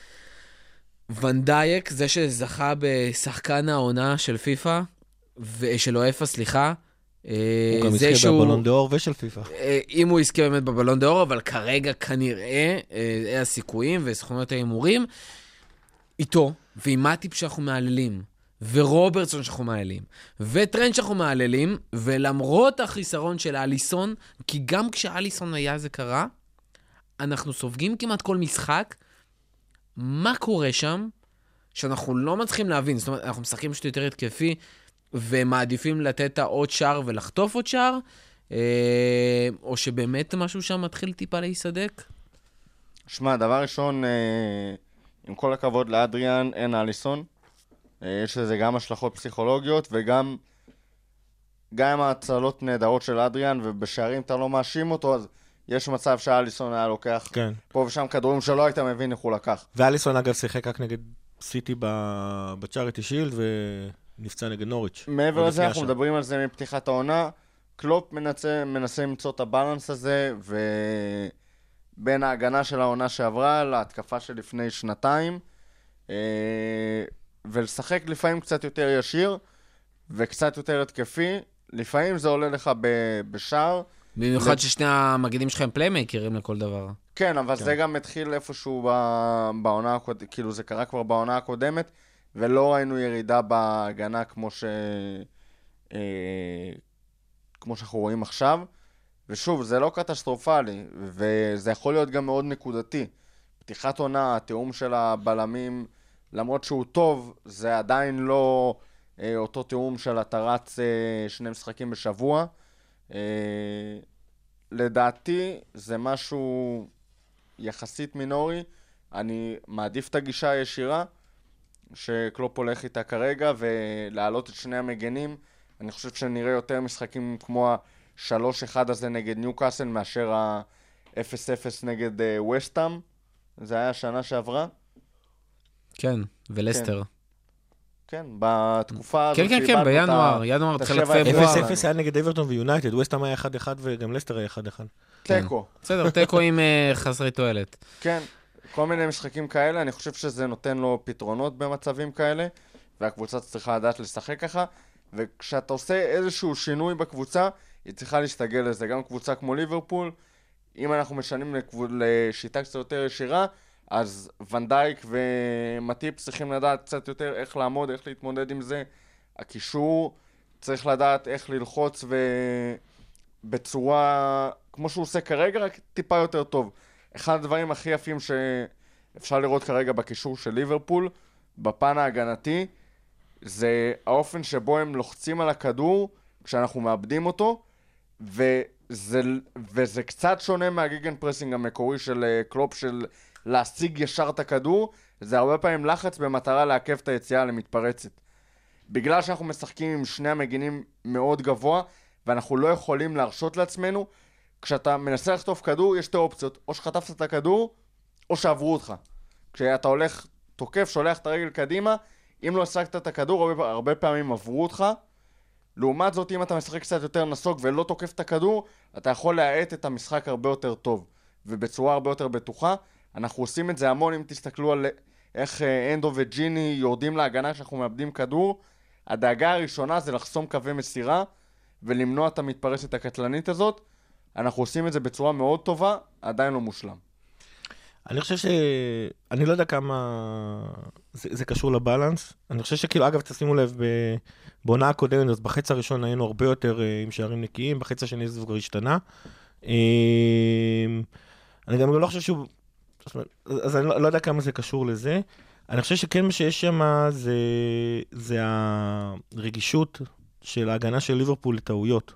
ונדייק, זה שזכה בשחקן העונה של פיפה, של אופה, סליחה. הוא גם יזכה בבלון דאור ושל פיפה. אם הוא יזכה באמת בבלון דאור, אבל כרגע כנראה, אה, הסיכויים וסוכנויות ההימורים, איתו, ועם מטיפ שאנחנו מעללים, ורוברטסון שאנחנו מעללים, וטרנד שאנחנו מעללים, ולמרות החיסרון של אליסון, כי גם כשאליסון היה זה קרה, אנחנו סופגים כמעט כל משחק, מה קורה שם, שאנחנו לא מצליחים להבין, זאת אומרת, אנחנו משחקים פשוט יותר התקפי, ומעדיפים לתת עוד שער ולחטוף עוד שער, אה, או שבאמת משהו שם מתחיל טיפה להיסדק? שמע, דבר ראשון, אה, עם כל הכבוד לאדריאן, אין אליסון. אה, יש לזה גם השלכות פסיכולוגיות, וגם גם עם ההצלות נהדרות של אדריאן, ובשערים אתה לא מאשים אותו, אז יש מצב שאליסון היה לוקח כן. פה ושם כדורים שלא היית מבין איך הוא לקח. ואליסון אגב שיחק רק נגד סיטי בצ'אריטי שילד, ונפצע נגד נוריץ'. מעבר לזה, אנחנו שם. מדברים על זה מפתיחת העונה. קלופ מנסה, מנסה למצוא את הבלנס הזה, ובין ההגנה של העונה שעברה להתקפה של לפני שנתיים, אה, ולשחק לפעמים קצת יותר ישיר, וקצת יותר התקפי. לפעמים זה עולה לך ב- בשער. במיוחד ששני המגינים שלך הם פליימייקרים לכל דבר. כן, אבל זה גם התחיל איפשהו ב- בעונה הקודמת, כאילו זה קרה כבר בעונה הקודמת, ולא ראינו ירידה בהגנה כמו ש... אה, כמו שאנחנו רואים עכשיו. ושוב, זה לא קטסטרופלי, וזה יכול להיות גם מאוד נקודתי. פתיחת עונה, התיאום של הבלמים, למרות שהוא טוב, זה עדיין לא אה, אותו תיאום של התרץ אה, שני משחקים בשבוע. אה, לדעתי זה משהו יחסית מינורי. אני מעדיף את הגישה הישירה שקלופ הולך איתה כרגע, ולהעלות את שני המגנים. אני חושב שנראה יותר משחקים כמו ה-שלוש אחד הזה נגד ניוקאסל מאשר ה-אפס אפס נגד ווסטהאם. זה היה השנה שעברה. כן, ולסטר. כן, בתקופה הזאת כן, כן, כן, בינואר, ינואר, תחילת השבע פברואר. אפס אפס היה נגד אברטון ויונייטד, ווסטהאם היה אחד אחד וגם לסטר היה אחד אחד. תיקו. בסדר, תיקו עם אה, חסרי תועלת. כן, כל מיני משחקים כאלה, אני חושב שזה נותן לו פתרונות במצבים כאלה, והקבוצה צריכה לדעת לשחק ככה, וכשאתה עושה איזשהו שינוי בקבוצה, היא צריכה להסתגל לזה. גם קבוצה כמו ליברפול, אם אנחנו משנים לקבוצ... לשיטה קצת יותר ישירה, אז ונדייק ומטיפ צריכים לדעת קצת יותר איך לעמוד, איך להתמודד עם זה. הקישור צריך לדעת איך ללחוץ ובצורה, כמו שהוא עושה כרגע, רק טיפה יותר טוב. אחד הדברים הכי יפים שאפשר לראות כרגע בקישור של ליברפול, בפן ההגנתי, זה האופן שבו הם לוחצים על הכדור כשאנחנו מאבדים אותו, וזה, וזה קצת שונה מהגיגן פרסינג המקורי של קלופ של להשיג ישר את הכדור. זה הרבה פעמים לחץ במטרה לעכב את היציאה למתפרצת. בגלל שאנחנו משחקים עם שני המגינים מאוד גבוה, ואנחנו לא יכולים להרשות לעצמנו, כשאתה מנסה לחטוף כדור, יש שתי אופציות, או שחטפת את הכדור, או שעברו אותך. כשאתה הולך תוקף, שולח את הרגל קדימה, אם לא השגת את הכדור, הרבה, הרבה פעמים עברו אותך. לעומת זאת, אם אתה משחק קצת יותר נסוק ולא תוקף את הכדור, אתה יכול להאט את המשחק הרבה יותר טוב, ובצורה הרבה יותר בטוחה. אנחנו עושים את זה המון, אם תסתכלו על איך אנדו וג'יני יורדים להגנה כשאנחנו מאבדים כדור. הדאגה הראשונה זה לחסום קווי מסירה, ולמנוע את המתפרצת הקטלנית הזאת. אנחנו עושים את זה בצורה מאוד טובה, עדיין לא מושלם. אני חושב ש... אני לא יודע כמה זה, זה קשור לבלנס. אני חושב שכאילו, אגב, תשימו לב, בעונה הקודמת, אז בחץ הראשון היינו הרבה יותר עם שערים נקיים, בחץ השני זה כבר השתנה. אני גם לא חושב שהוא... אז אני לא, לא יודע כמה זה קשור לזה. אני חושב שכן מה שיש שם זה, זה הרגישות של ההגנה של ליברפול לטעויות.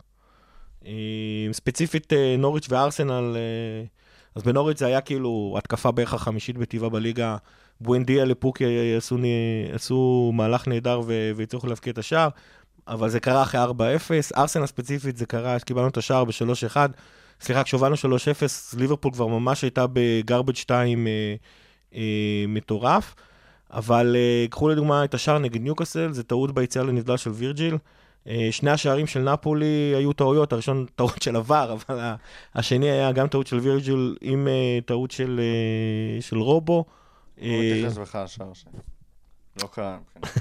ספציפית נוריץ' וארסנל, אז בנוריץ' זה היה כאילו התקפה בערך החמישית בטבעה בליגה, בואנדיה לפוקי עשו, עשו מהלך נהדר והצליחו להבקיע את השער, אבל זה קרה אחרי ארבע אפס, ארסנל ספציפית זה קרה, קיבלנו את השער ב-שלוש אחד, סליחה, כשהובלנו שלוש אפס, ליברפול כבר ממש הייתה בגרבג' שתיים אה, אה, מטורף, אבל אה, קחו לדוגמה את השער נגד ניוקאסל, זה טעות ביציאה לנבדל של וירג'יל, אה, שני השערים של נפולי היו טעויות, הראשון טעות של עבר, אבל השני היה גם טעות של וירג'יל עם אה, טעות של, אה, של רובו. הוא מתייחס בך השער שלי. לא קרה.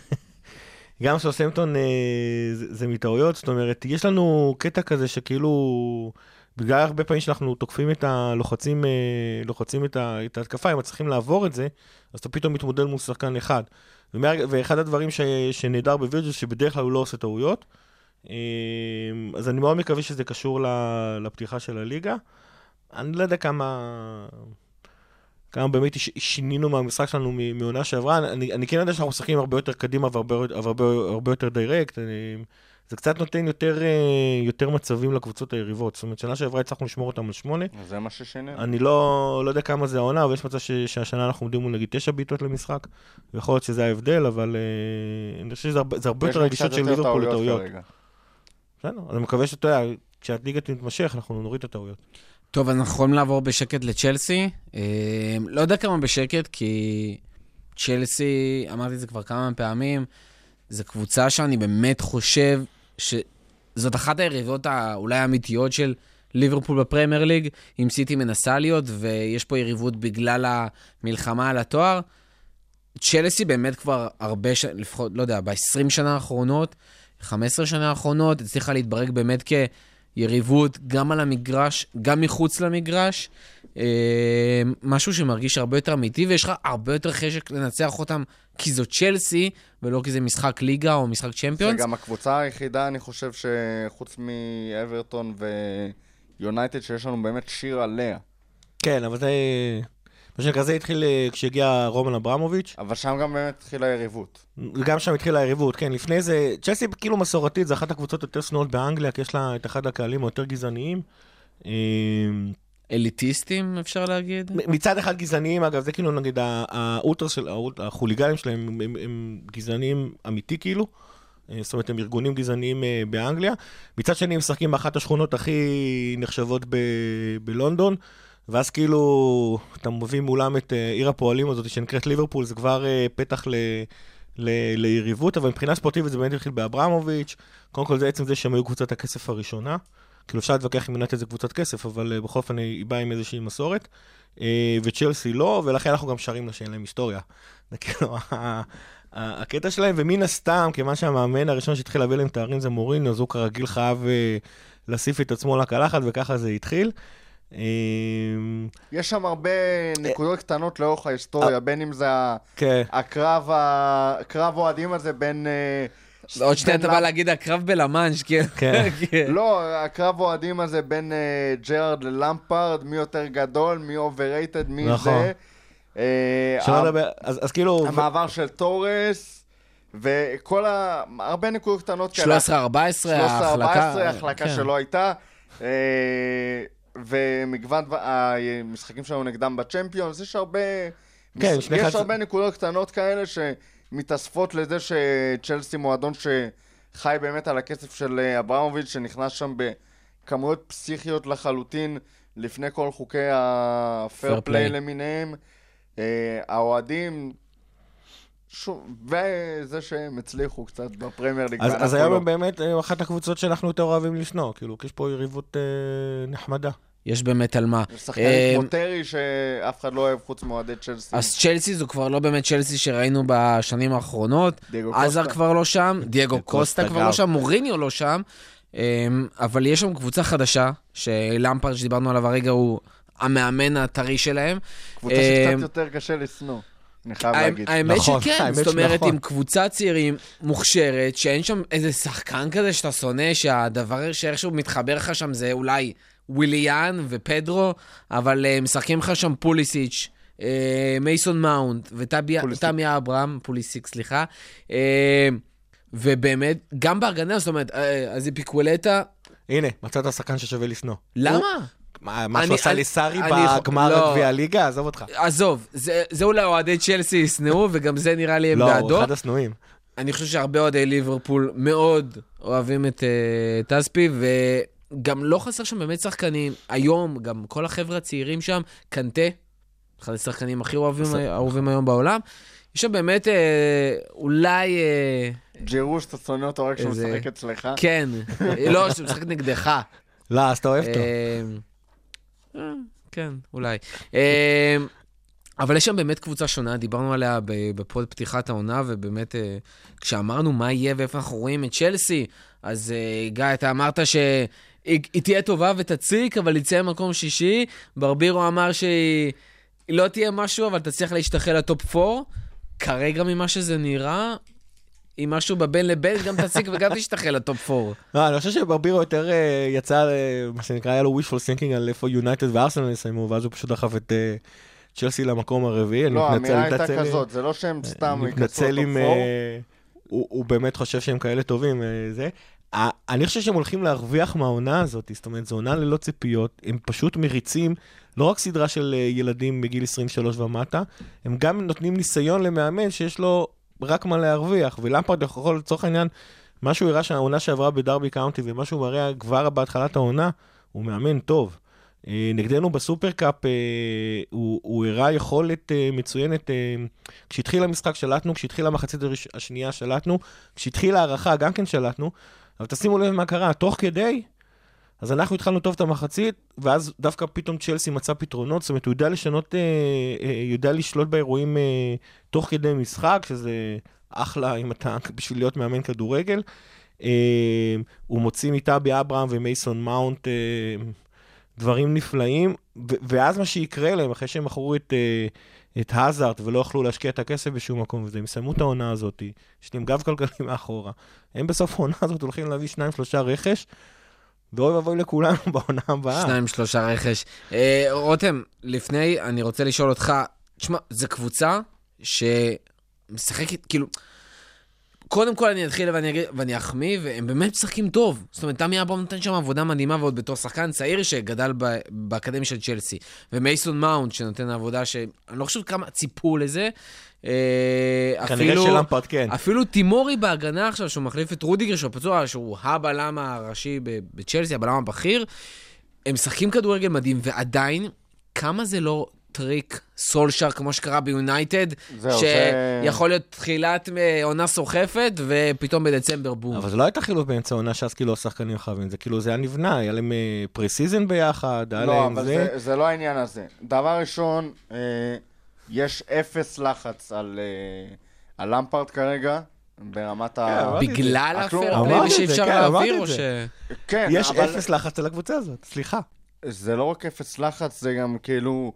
גם סאות'המפטון זה, זה מטעויות, זאת אומרת, יש לנו קטע כזה שכאילו... בגלל הרבה פעמים שאנחנו תוקפים את הלוחצים, לוחצים את ההתקפה, אם צריכים לעבור את זה, אז אתה פתאום מתמודד מול שחקן אחד. ואחד הדברים ש, שנהדר בווירג'יל, שבדרך כלל הוא לא עושה טעויות, אז אני מאוד מקווה שזה קשור לפתיחה של הליגה. אני לא יודע כמה, כמה באמת שינינו מהמשחק שלנו מעונה שעברה. אני, אני כן יודע שאנחנו משחקים הרבה יותר קדימה והרבה הרבה, הרבה יותר דיירקט. אני, זה קצת נותן יותר, יותר מצבים לקבוצות היריבות. זאת אומרת, שנה שעברה הצלחנו לשמור אותם על שמונה. זה מה ששינינו. אני לא, לא יודע כמה זה העונה, אבל יש מצב ש, שהשנה אנחנו עומדים מול נגיד תשע ביטות למשחק, ויכול להיות שזה ההבדל, אבל אני חושב שזה הרבה, זה הרבה יותר רגישות של ליברפול לטעויות. בסדר, אני מקווה שאתה יודע, כשהליגה תתמשך, אנחנו נוריד את הטעויות. טוב, אז אנחנו יכולים לעבור בשקט לצ'לסי. לא יודע כמה בשקט, כי צ'לסי, אמרתי את זה כבר כמה פעמים, זו קבוצה שאני באמת חושב שזאת אחת היריבות אולי האמיתיות של ליברפול בפרמייר ליג, אם סיטי מנסה להיות, ויש פה יריבות בגלל המלחמה על התואר. צ'לסי באמת כבר הרבה, לפחות, לא יודע, ב-עשרים שנה האחרונות, חמש עשרה שנה האחרונות, הצליחה להתברג באמת כיריבות גם על המגרש, גם מחוץ למגרש, משהו שמרגיש הרבה יותר אמיתי, ויש לך הרבה יותר חשק לנצח אותם, כי זו צ'לסי, ולא כי זה משחק ליגה או משחק צ'מפיונס. זה גם הקבוצה היחידה, אני חושב שחוץ מאברטון ויונייטד, שיש לנו באמת שיר עליה. כן, אבל זה... מה שכזה התחיל כשהגיע רומן אברמוביץ'. אבל שם גם באמת התחילה היריבות. גם שם התחילה היריבות, כן. לפני זה, צ'לסי כאילו מסורתית, זה אחת הקבוצות יותר שנואות באנגליה, כי יש לה את אחד הקהלים היותר גזעניים. אליטיסטים, אפשר להגיד? מצד אחד גזעניים, אגב, זה כאילו נגיד, האולטרס של, החוליגנים שלהם הם, הם, הם גזעניים אמיתי כאילו. זאת אומרת, הם ארגונים גזעניים באנגליה. מצד שני, הם משחקים באחת השכונות הכי נחשבות ב, בלונדון. ואז כאילו, אתה מביא מולם את עיר הפועלים הזאת שנקראת ליברפול, זה כבר פתח ל, ל, ליריבות, אבל מבחינה ספורטיבית זה באמת התחיל באברמוביץ'. קודם כל זה עצם זה שהם היו קבוצת הכסף הראשונה. כאילו אפשר להתווכח אם יונייטד זה קבוצת כסף, אבל בכל אופן היא באה עם איזושהי מסורת. וצ'לסי לא, ולכן אנחנו גם שרים לה שאין להם היסטוריה. זה כאילו הקטע שלהם, ומן הסתם, כיוון שהמאמן הראשון שהתחיל להביא להם תארים זה מוריניו, אז הוא כרגיל חייב להוסיף את עצמו לקלחת, וככה זה התחיל. יש שם הרבה נקודות קטנות לאורך ההיסטוריה, בין אם זה הקרב, הקרב אוהדים הזה בין... עוד שנייה אתה בא להגיד הקרב בלמנש, כן. לא, הקרב אוהדים הזה בין ג'רארד ללמפרד, מי יותר גדול, מי אוברייטד, מי זה. אז כאילו... המעבר של טורס, וכל ה... הרבה נקודות קטנות כאלה. שלוש עשרה ארבע עשרה, ההחלקה. ההחלקה שלא הייתה. ומגוון המשחקים שלנו נגדם בצ'מפיונס, יש הרבה... יש הרבה נקודות קטנות כאלה שמתאספות לזה שצ'לסי מועדון שחי באמת על הכסף של אברמוביץ' שנכנס שם בכמויות פסיכיות לחלוטין לפני כל חוקי הפייר פליי למיניהם. האוהדים שוב, וזה שהם הצליחו קצת בפרמייר ליג. אז, אז היום לא. באמת אחת הקבוצות שאנחנו יותר אוהבים לשנוא, כאילו, כי יש פה יריבות אה, נחמדה. יש באמת על מה. יש שחקנים כמו טרי שאף אחד לא אוהב חוץ מועדי צ'לסי. אז צ'לסי זו כבר לא באמת צ'לסי שראינו בשנים האחרונות. עזר כבר לא שם, דייגו קוסטה כבר לא שם, מוריניו לא שם. אבל יש שם קבוצה חדשה, שלמפרד שדיברנו עליו הרגע הוא המאמן הטרי שלהם. קבוצה שקצת יותר קשה לשנוא. אני חייב להגיד. האמת שכן, זאת אומרת, עם קבוצה צעירים מוכשרת, שאין שם איזה שחקן כזה שאתה שונא, שהדבר שאיכשהו מתחבר לך שם זה אולי וויליאן ופדרו, אבל משחקים לך שם פוליסיץ', מייסון מאונט וטמי אברהם, פוליסיק, סליחה, ובאמת, גם בהגנה, זאת אומרת, אז פיקוולטה... הנה, מצאת השחקן ששווה לשנוא. למה? מה שהוא עשה לסארי בגמר גביע הליגה, עזוב אותך. עזוב, זה אולי אוהדי צ'לסי ישנאו, וגם זה נראה לי בעדו. לא, הוא אחד השנואים. אני חושב שהרבה אוהדי ליברפול מאוד אוהבים את טספי, וגם לא חסר שם באמת שחקנים. היום, גם כל החבר'ה הצעירים שם, קנטה, אחד השחקנים הכי אוהבים היום בעולם. יש שם באמת אולי... ג'ירוש, אתה שונא אותו רק שהוא משחק אצלך? כן, לא, שהוא משחק נגדך. לא, אז אתה אוהב אותו. כן, אולי. אבל יש שם באמת קבוצה שונה, דיברנו עליה בפוד פתיחת העונה, ובאמת כשאמרנו מה יהיה ואיפה אנחנו רואים את צ'לסי, אז גיא, אתה אמרת שהיא תהיה טובה ותציק, אבל יצא מקום שישי, ברבירו אמר שהיא לא תהיה משהו, אבל תצליח להשתחל לטופ ארבע, כרגע ממה שזה נראה, אם משהו בבין לבין, גם תציק וגם תשתחל לטופ ארבע. לא, אני חושב שברבירו יותר יצא, מה שנקרא, היה לו wishful thinking על איפה יונייטד וארסנל יסיימו, ואז הוא פשוט דחף את צ'לסי למקום הרביעי. לא, האמירה הייתה כזאת, זה לא שהם סתם יקצרו לטופ ארבע. הוא באמת חושב שהם כאלה טובים, זה. אני חושב שהם הולכים להרוויח מהעונה הזאת, זאת אומרת, זו עונה ללא ציפיות, הם פשוט מריצים, לא רק סדרה של ילדים בגיל עשרים ושלוש ומטה, הם גם נותנים ניסיון למאמן שיש לו רק מה להרוויח, ולמפרד יכול לצורך העניין, מה שהוא הראה שהעונה שעברה בדרבי קאונטי, ומה שהוא מראה כבר בהתחלת העונה, הוא מאמן טוב. נגדנו בסופרקאפ, הוא, הוא הראה יכולת מצוינת, כשהתחיל המשחק שלטנו, כשהתחיל המחצית השנייה שלטנו, כשהתחיל הערכה גם כן שלטנו, אבל תשימו לב מה קרה, תוך כדי, אז אנחנו התחלנו טוב את המחצית, ואז דווקא פתאום צ'לסי מצא פתרונות, זאת אומרת, הוא יודע לשנות, יודע לשלוט באירועים תוך כדי משחק, שזה אחלה אם אתה בשביל להיות מאמן כדורגל. הוא מוציא מטאבי אברהם ומייסון מאונט דברים נפלאים, ואז מה שיקרה להם, אחרי שהם מכרו את, את הזארד ולא יכלו להשקיע את הכסף בשום מקום, וזה, הם סיימו את העונה הזאת, יש להם גב כלכלי מאחורה. הם בסוף העונה הזאת הולכים להביא שניים, שלושה רכש, ואוי ובוי לכולנו בעונה הבאה. שניים, שלושה רכש. אה, רותם, לפני, אני רוצה לשאול אותך, תשמע, זו קבוצה שמשחקת, כאילו, קודם כל אני אתחיל ואני, אגיד, ואני אחמיא, והם באמת משחקים טוב. זאת אומרת, תמי אברהם נותן שם עבודה מדהימה, ועוד בתור שחקן צעיר שגדל ב, באקדמיה של צ'לסי. ומייסון מאונט שנותן עבודה שאני לא חושב כמה ציפו לזה. כנראה שלמפרד, כן. אפילו טימורי בהגנה עכשיו, שהוא מחליף את רודיגר, שהוא פצוע, שהוא הבלם הראשי בצ'לסי, הבלם הבכיר. הם משחקים כדורגל מדהים, ועדיין, כמה זה לא טריק סולשר, כמו שקרה ביונייטד, שיכול להיות תחילת עונה סוחפת, ופתאום בדצמבר בום. אבל זה לא הייתה חילוף באמצע עונה, שאז כאילו השחקנים חייבים, זה כאילו זה היה נבנה, היה להם פרי-סיזן ביחד, היה להם זה. לא, אבל זה לא העניין הזה. דבר ראשון, יש אפס לחץ על למפרד כרגע, ברמת ה... בגלל הפרפלי שאפשר להעביר, או ש... כן, יש אפס לחץ על הקבוצה הזאת, סליחה. זה לא רק אפס לחץ, זה גם כאילו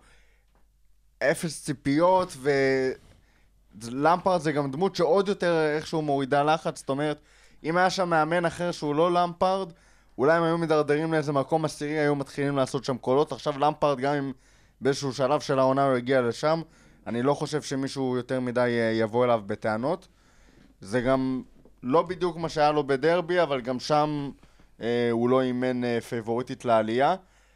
אפס ציפיות, ולמפרד זה גם דמות שעוד יותר איכשהו מורידה לחץ, זאת אומרת, אם היה שם מאמן אחר שהוא לא למפרד, אולי הם היו מדרדרים לאיזה מקום עשירי, היו מתחילים לעשות שם קולות. עכשיו למפרד, גם אם באיזשהו שלב של העונה הוא הגיע לשם, אני לא חושב שמישהו יותר מדי יבוא אליו בטענות. זה גם לא בדיוק מה שהיה לו בדרבי, אבל גם שם אה, הוא לא אימן אה, פייבוריטית לעלייה.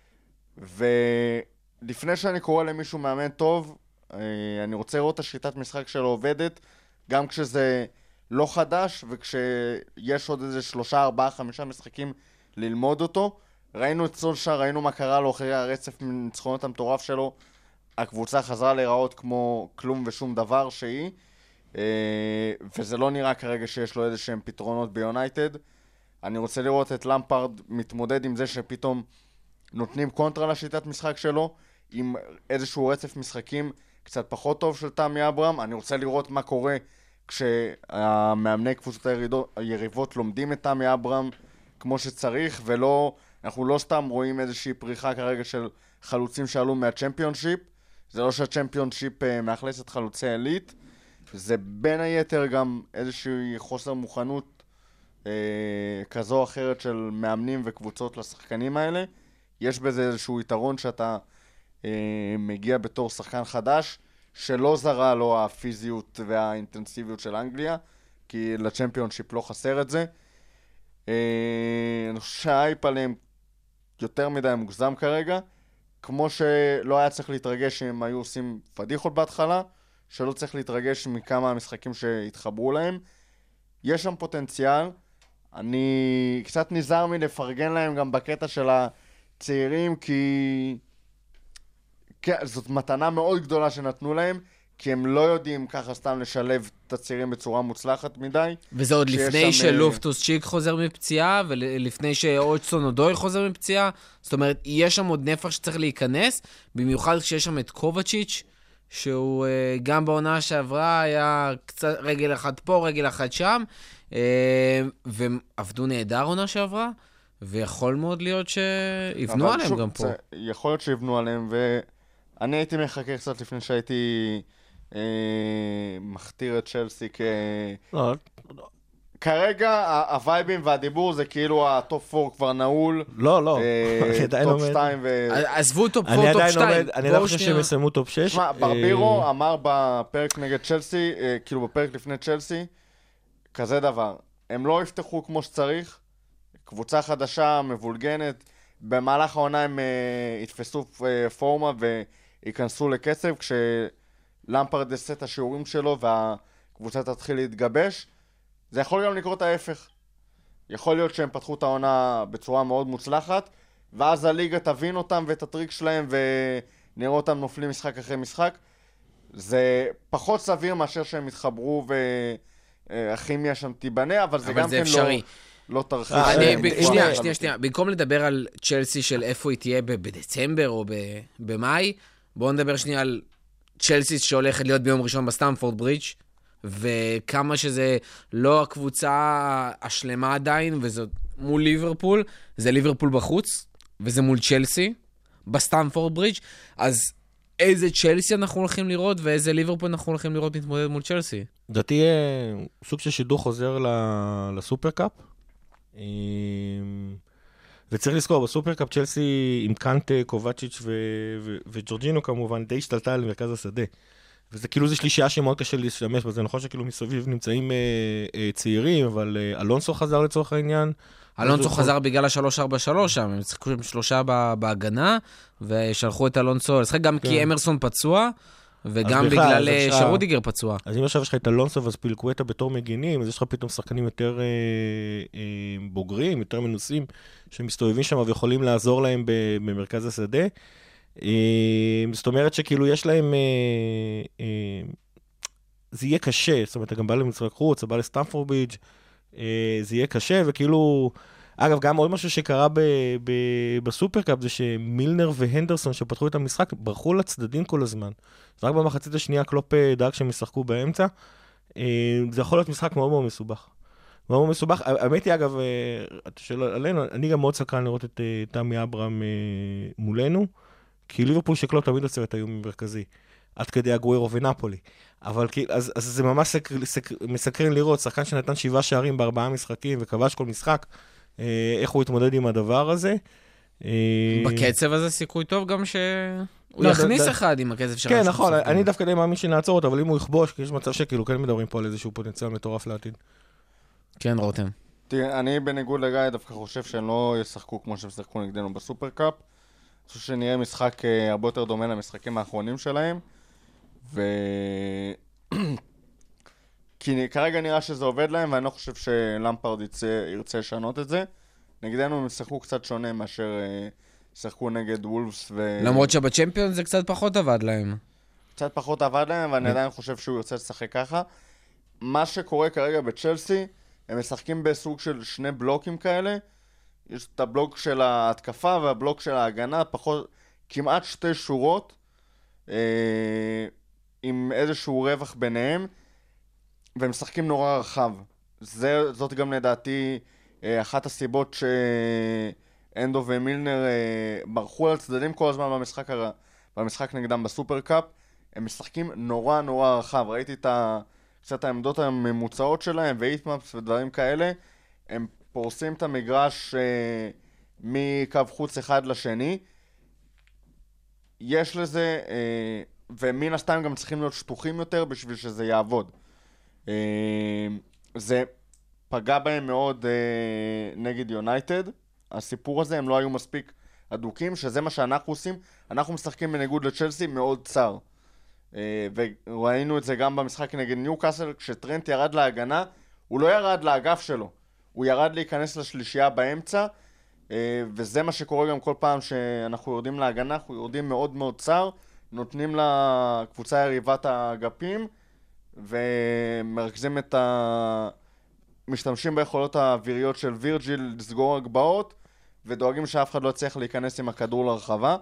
ולפני שאני קורא למישהו מאמן טוב, אה, אני רוצה לראות את השיטת משחק שלו עובדת, גם כשזה לא חדש, וכשיש עוד איזה שלושה, ארבעה, חמישה משחקים ללמוד אותו. ראינו את סולשר, ראינו מה קרה לו אחרי הרצף מניצחונות המטורף שלו. הקבוצה חזרה להיראות כמו כלום ושום דבר שהיא. וזה לא נראה כרגע שיש לו איזה שהם פתרונות ביונייטד. אני רוצה לראות את למפרד מתמודד עם זה שפתאום נותנים קונטרה לשיטת משחק שלו, עם איזשהו רצף משחקים קצת פחות טוב של תמי אברהם. אני רוצה לראות מה קורה כשהמאמני קבוצות היריבות לומדים את תמי אברהם כמו שצריך, ולא, אנחנו לא סתם רואים איזושהי פריחה כרגע של חלוצים שעלו מהצ'מפיונשיפ. זה לא שהצ'מפיונשיפ מאכלס את חלוצי אליט, זה בין היתר גם איזושהי חוסר מוכנות אה, כזו או אחרת של מאמנים וקבוצות לשחקנים האלה. יש בזה איזשהו יתרון שאתה אה, מגיע בתור שחקן חדש, שלא זרה לו הפיזיות והאינטנסיביות של אנגליה, כי לצ'מפיונשיפ לא חסר את זה. אה, אני חושב שהאייפ עליהם יותר מדי מוגזם כרגע, כמו שלא היה צריך להתרגש אם הם היו עושים פדיחות בהתחלה, שלא צריך להתרגש מכמה המשחקים שהתחברו להם. יש שם פוטנציאל, אני קצת נזהר מלפרגן להם גם בקטע של הצעירים, כי זאת מתנה מאוד גדולה שנתנו להם, כי הם לא יודעים ככה סתם לשלב את הצעירים בצורה מוצלחת מדי. וזה עוד לפני שלופטוס צ'יק חוזר מפציעה, ולפני שאוצ'סון אודוי חוזר מפציעה. זאת אומרת, יש שם עוד נפח שצריך להיכנס, במיוחד כשיש שם את קובצ'יץ', שהוא גם בעונה שעברה היה קצת רגל אחת פה, רגל אחת שם, והם עבדו נהדר עונה שעברה, ויכול מאוד להיות שיבנו עליהם שוב, גם פה. זה, יכול להיות שיבנו עליהם, ואני הייתי מחכה קצת לפני שהייתי אה, מכתיר את צ'לסי כ... לא, כרגע הווייבים והדיבור זה כאילו הטופ ארבע כבר נעול. לא, לא. טופ שתיים ו... עזבו טופ ארבע, טופ שתיים. אני לא חושב שהם יסיימו טופ שש. שמע, ברבירו אמר בפרק נגד צ'לסי, כאילו בפרק לפני צ'לסי, כזה דבר. הם לא יפתחו כמו שצריך, קבוצה חדשה, מבולגנת, במהלך העונה הם יתפסו פורמה וייכנסו לקצב, כשלמפרד יעשה את השיעורים שלו והקבוצה תתחיל להתגבש. זה יכול גם לקרות ההפך. יכול להיות שהם פתחו את העונה בצורה מאוד מוצלחת, ואז הליגה תבין אותם ואת הטריק שלהם, ונראה אותם נופלים משחק אחרי משחק. זה פחות סביר מאשר שהם יתחברו והכימיה שם תיבנה, אבל זה גם כן לא, לא תרחיש. שנייה, שנייה, שנייה. במקום לדבר על צ'לסי של איפה היא תהיה בדצמבר או במאי, בואו נדבר שנייה על צ'לסי שהולכת להיות ביום ראשון בסטמפורד ברידג', וכמה שזה לא הקבוצה השלמה עדיין, וזה מול ליברפול, זה ליברפול בחוץ, וזה מול צ'לסי, בסטמפורד ברידג'. אז איזה צ'לסי אנחנו הולכים לראות, ואיזה ליברפול אנחנו הולכים לראות מתמודד מול צ'לסי? זה תהיה סוג של שידור חוזר לסופרקאפ. וצריך לזכור, בסופרקאפ צ'לסי עם קנטה, קובצ'יץ' וג'ורג'ינו כמובן, די השתלטה על מרכז השדה. וזה כאילו זה שלישייה שמאוד קשה להשתמש בזה, נכון שכאילו מסביב נמצאים אה, אה, צעירים, אבל אה, אלונסו חזר לצורך העניין. אלונסו חזר בגלל ה-שלוש ארבע שלוש שם, הם צריכו שלושה בהגנה, ושלחו את אלונסו, לשחק גם כן. כי אמרסון פצוע, וגם בכלל, בגלל עכשיו, שרודיגר פצוע. אז אם עכשיו יש לך את אלונסו וספילקווטה בתור מגינים, אז יש לך פתאום שחקנים יותר אה, אה, בוגרים, יותר מנוסים, שמסתובבים שם ויכולים לעזור להם במרכז השדה. זאת אומרת שכאילו יש להם, זה יהיה קשה, זאת אומרת, אתה גם בא למשחק חוץ, אתה בא לסטמפורד ברידג', זה יהיה קשה, וכאילו, אגב, גם עוד משהו שקרה בסופרקאפ, זה שמילנר והנדרסון שפתחו את המשחק, ברחו לצדדים כל הזמן. רק במחצית השנייה קלופ דאג שהם ישחקו באמצע, זה יכול להיות משחק מאוד מאוד מסובך. מאוד מאוד מסובך, האמת היא אגב, אתה שואל עלינו, אני גם מאוד סקרן לראות את תמי אברהם מולנו, כי ליברפול שקלופ תמיד עוצר את האיום המרכזי, עד כדי אגוארו ונפולי. אבל אז, אז זה ממש סק, סק, מסקרן לראות, שחקן שנתן שבעה שערים בארבעה משחקים, וכבש כל משחק, איך הוא התמודד עם הדבר הזה. בקצב הזה סיכוי טוב גם שהוא לא, יכניס ד... אחד עם הקצב שלנו. כן, נכון, אני טוב. דווקא די מאמין שנעצור אותו, אבל אם הוא יכבוש, כי יש מצב שכאילו כן מדברים פה על איזשהו פוטנציאל מטורף לעתיד. כן, רותם. תראה, אני בניגוד לגיא דווקא חושב שהם לא ישחקו כמו שהם שחקו נגדנו בסופרקאפ. אני חושב שנראה משחק הרבה יותר דומה למשחקים האחרונים שלהם, ו... כי כרגע נראה שזה עובד להם, ואני לא חושב שלמפרד ירצה, ירצה לשנות את זה. נגדנו הם ישחקו קצת שונה מאשר ישחקו נגד וולפס ו... למרות שבצ'מפיון זה קצת פחות עבד להם. קצת פחות עבד להם, ואני עדיין חושב שהוא ירצה לשחק ככה. מה שקורה כרגע בצ'לסי, הם משחקים בסוג של שני בלוקים כאלה, יש את הבלוק של ההתקפה והבלוק של ההגנה, פחות, כמעט שתי שורות, אה, עם איזשהו רווח ביניהם, והם משחקים נורא רחב. זה, זאת גם לדעתי אה, אחת הסיבות שאנדו ומילנר אה, ברחו על הצדדים כל הזמן במשחק, הר... במשחק נגדם בסופר קאפ, הם משחקים נורא נורא רחב. ראיתי את ה... קצת העמדות הממוצעות שלהם, ואיטמאפס ודברים כאלה, הם פורסים את המגרש אה, מקו חוץ אחד לשני. יש לזה, אה, ומן הסתם גם צריכים להיות שטוחים יותר בשביל שזה יעבוד. אה, זה פגע בהם מאוד אה, נגד יונייטד. הסיפור הזה, הם לא היו מספיק אדוקים, שזה מה שאנחנו עושים. אנחנו משחקים בניגוד לצ'לסי מאוד צר. וראינו את זה גם במשחק נגד ניוקאסל, כשטרנט ירד להגנה, הוא לא ירד לאגף שלו, הוא ירד להיכנס לשלישייה באמצע, וזה מה שקורה גם כל פעם שאנחנו יורדים להגנה, אנחנו יורדים מאוד מאוד צר, נותנים לקבוצה יריבת האגפים, ומרכזים את ה... משתמשים ביכולות האוויריות של וירג'יל לסגור הגבעות, ודואגים שאף אחד לא יצליח להיכנס עם הכדור לרחבה.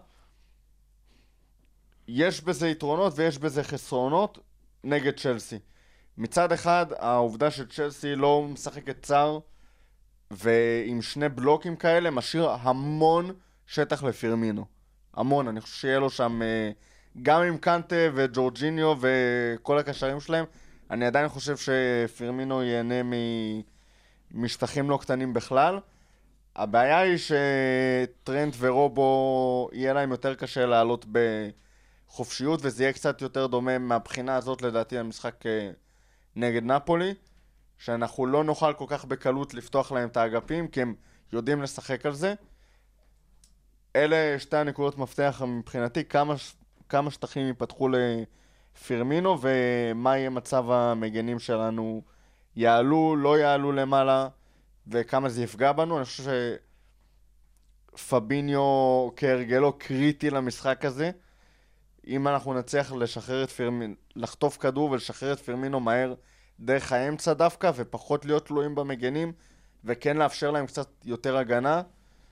יש בזה יתרונות ויש בזה חסרונות נגד צ'לסי. מצד אחד, העובדה שצ'לסי לא משחקת צר, ועם שני בלוקים כאלה, משאיר המון שטח לפירמינו. המון, אני חושב שיהיה לו שם, גם עם קנטה וג'ורג'יניו וכל הקשרים שלהם, אני עדיין חושב שפירמינו ייהנה משטחים לא קטנים בכלל. הבעיה היא שטרנט ורובו יהיה להם יותר קשה לעלות בחופשיות, וזה יהיה קצת יותר דומה מהבחינה הזאת לדעתי המשחק נגד נפולי, שאנחנו לא נוכל כל כך בקלות לפתוח להם את האגפים, כי הם יודעים לשחק על זה. אלה שתי הנקודות מפתח מבחינתי, כמה, כמה שטחים ייפתחו לפירמינו, ומה יהיה מצב המגנים שלנו, יעלו, לא יעלו למעלה, וכמה זה יפגע בנו. אני חושב שפביניו כהרגלו קריטי למשחק הזה. אם אנחנו נצליח לשחרר את פירמינו, לחטוף כדור ולשחרר את פירמינו מהר דרך האמצע דווקא, ופחות להיות תלויים במגנים, וכן לאפשר להם קצת יותר הגנה,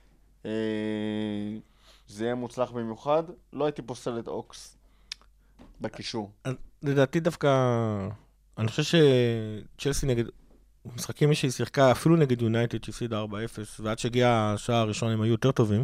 זה יהיה מוצלח במיוחד. לא הייתי פוסל את אוקס בקישור. לדעתי דווקא, אני חושב שצ'לסי נגד, משחקים שהיא שיחקה, אפילו נגד יונייטד שהפסידה ארבע אפס, ועד שהגיע השעה הראשון הם היו יותר טובים,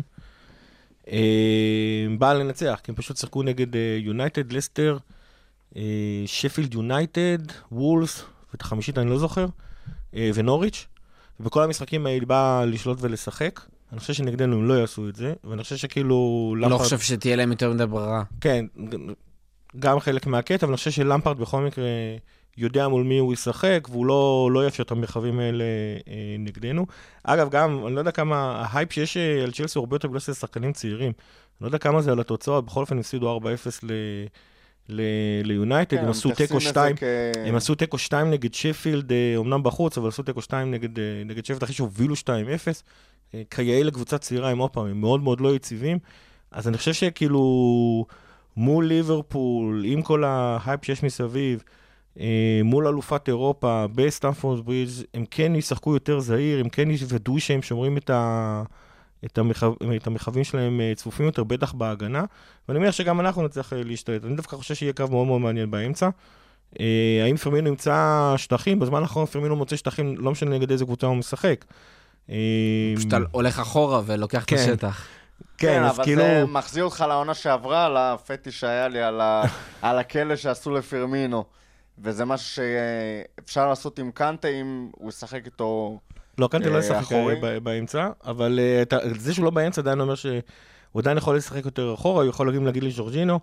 באה לנצח, כי הם פשוט שיחקו נגד יונייטד, לסטר, שפילד יונייטד, וולס, ואת החמישית אני לא זוכר, ונוריץ', ובכל המשחקים האלה באה לשלוט ולשחק. אני חושב שנגדנו הם לא יעשו את זה, ואני חושב שכאילו... לא חושב שתהיה להם יותר מדי ברירה. כן, גם חלק מהקטע, אבל אני חושב שלמפרד בכל מקרה יודע מול מי הוא ישחק, והוא לא, לא יאפשר את המרחבים האלה אה, נגדנו. אגב, גם, אני לא יודע כמה, ההייפ שיש על צ'לסי הרבה יותר בגלל שזה שחקנים צעירים. אני לא יודע כמה זה על התוצאות, בכל אופן הפסידו ארבע אפס ל... ליונייטד, הם עשו טקו שתיים, הם עשו טקו שתיים נגד שפילד, אמנם בחוץ, אבל עשו טקו שתיים נגד שפילד, אחרי שהובילו שתיים אפס, כיעי לקבוצת צעירה הם אופם, הם מאוד מאוד לא יציבים, אז אני חושב שכאילו מול ליברפול, עם כל ההייפ שיש מסביב, מול אלופת אירופה, בסטמפורד ברידג', הם כן ישחקו יותר זהיר, הם כן יוודאו שהם שומרים את ה... את, המחו... את המחווים שלהם צפופים יותר, בטח בהגנה, ואני אומר שגם אנחנו נצטרך להשתלט. אני דווקא חושב שיהיה קו מאוד מאוד מעניין באמצע. האם פרמינו נמצא שטחים? בזמן האחרון פרמינו מוצא שטחים, לא משנה נגד איזה קבוצה הוא משחק. פשוט הולך אחורה ולוקח את השטח. כן, אבל זה מחזיר אותך לעונה שעברה, לפטי שהיה לי על הכלא שעשו לפרמינו, וזה משהו שאפשר לעשות עם קנטה, אם הוא ישחק איתו... לא, קנטה לא ישחק באמצע, אבל זה שהוא לא באמצע עדיין אומר שהוא עדיין יכול לשחק יותר אחורה, הוא יכול להגיד לג'ורג'ינו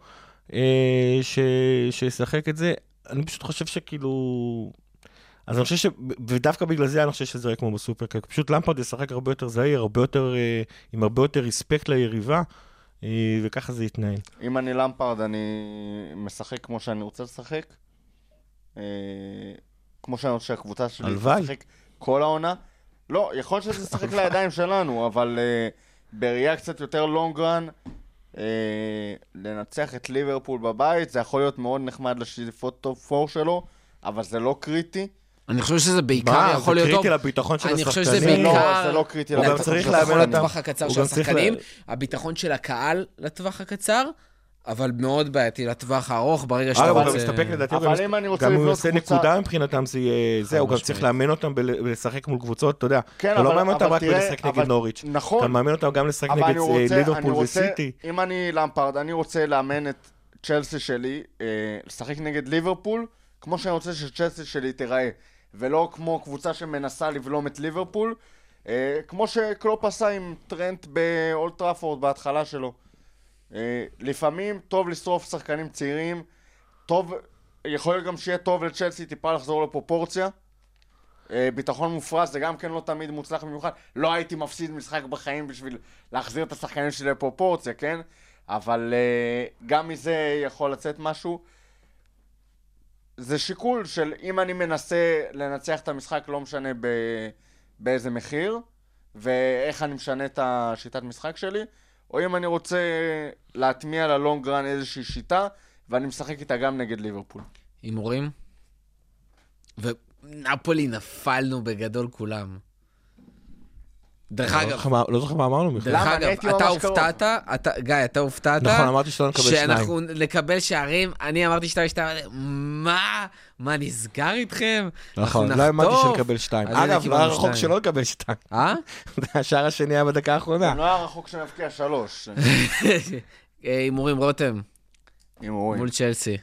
שישחק את זה. אני פשוט חושב שכאילו... אז אני חושב ש... ודווקא בגלל זה אני חושב שזה יהיה כמו בסופר, כי פשוט למפרד ישחק הרבה יותר זהיר, הרבה יותר, עם הרבה יותר ריספקט ליריבה, וככה זה יתנהל. אם אני למפרד, אני משחק כמו שאני רוצה לשחק, כמו שאני רוצה שהקבוצה שלי תשחק כל העונה. לא, יכול להיות שזה ישחק לידיים שלנו, אבל uh, בראייה קצת יותר לונגרן, uh, לנצח את ליברפול בבית, זה יכול להיות מאוד נחמד לשאיפות טופ פור שלו, אבל זה לא קריטי. אני חושב שזה בעיקר מה, יכול זה להיות טוב. קריטי לביטחון של אני חושב שזה השחקנים. בעיקר... לא, זה לא קריטי. הוא גם לביטחון צריך של לאמן השחקנים. אותם. לטווח הקצר הוא של גם צריך השחקנים, לה- הביטחון של הקהל לטווח הקצר, אבל מאוד בעייתי לטווח הארוך, ברגע שאתה אגב, הוא גם רוצה... מסתפק לדעתי, אבל הוא גם- אם אני רוצה גם הוא לבנות עושה קבוצה- נקודה מבחינתם, זה יהיה זה, הוא גם משמעית. צריך לאמן אותם בל- ולשחק מול קבוצות, אתה יודע. כן, אתה לא אבל- מאמן אותם אבל רק תראה, בלשחק אבל- נגד נוריץ'. נכון. אתה מאמן אותם גם לשחק אבל נגד אני רוצה- אה, אני ליברפול רוצה- וסיטי. אם אני למפרד, אני רוצה לאמן את צ'לסי שלי, אה, לשחק נגד ליברפול, כמו שאני רוצה שצ'לסי שלי תיראה, ולא כמו קבוצה שמנסה לבלום את ליברפול, אה, כמו שקלופ עשה עם טרנט באולד טראפורד בהתחלה שלו. אה, לפעמים טוב לשרוף שחקנים צעירים, טוב, יכול להיות גם שיהיה טוב לצ'לסי טיפה לחזור לפרופורציה. אה, ביטחון מופרז, זה גם כן לא תמיד מוצלח במיוחד. לא הייתי מפסיד משחק בחיים בשביל להחזיר את השחקנים שלי לפרופורציה, כן? אבל uh, גם מזה יכול לצאת משהו. זה שיקול של אם אני מנסה לנצח את המשחק, לא משנה ב... באיזה מחיר, ואיך אני משנה את השיטת משחק שלי, או אם אני רוצה להטמיע ללונג רן איזושהי שיטה, ואני משחק איתה גם נגד ליברפול. הימורים? ונפולי נפלנו בגדול כולם. דרך לא אגב, זוכר מה- לא זוכר מה אמרנו בכלל. דרך למה? אני אגב, הייתי אתה ממש קרוב. הופתעת, אתה- גיא, אתה הופתעת, נכון, אמרתי שלא נקבל שניים. שאנחנו נקבל שערים, אני אמרתי שתיים שתיים, מה? מה נסגר איתכם? נכון, אנחנו לא האמנתי נחטוף. שנקבל שתיים. אז הנה אגב, לא קיבלנו היה רחוק שתיים. שלא לקבל שתיים. אה? השער השני היה בדקה האחרונה. לא היה רחוק שנבקיע שלוש. אה, הימורים רותם, אם רואים. מול צ'לסי.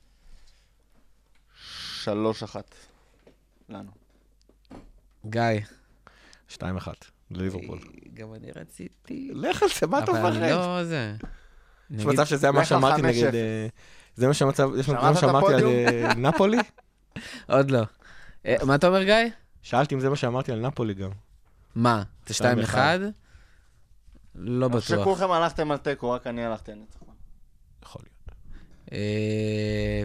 שלוש אחת. לנו. גיא. שתיים אחת, לליברפול. גם אני רציתי. לך על זה, מה אתה אבל אני מפחד? לא זה. יש נגיד- מצב שזה מה לך על שאמרתי חמש נגד... אפס. אה, זה מה שמצב, יש שמעת מה את שאמרתי על הפודיום? אה, נפולי? עוד לא. אה, מה אתה אומר, גיא? שאלתי אם זה מה שאמרתי על נפולי גם. מה? אתה שתיים שתיים אחד? לא אני חושב בטוח. שכולכם הלכתם על תיקו, רק אני הלכתי על ניצחון. יכול להיות. אה,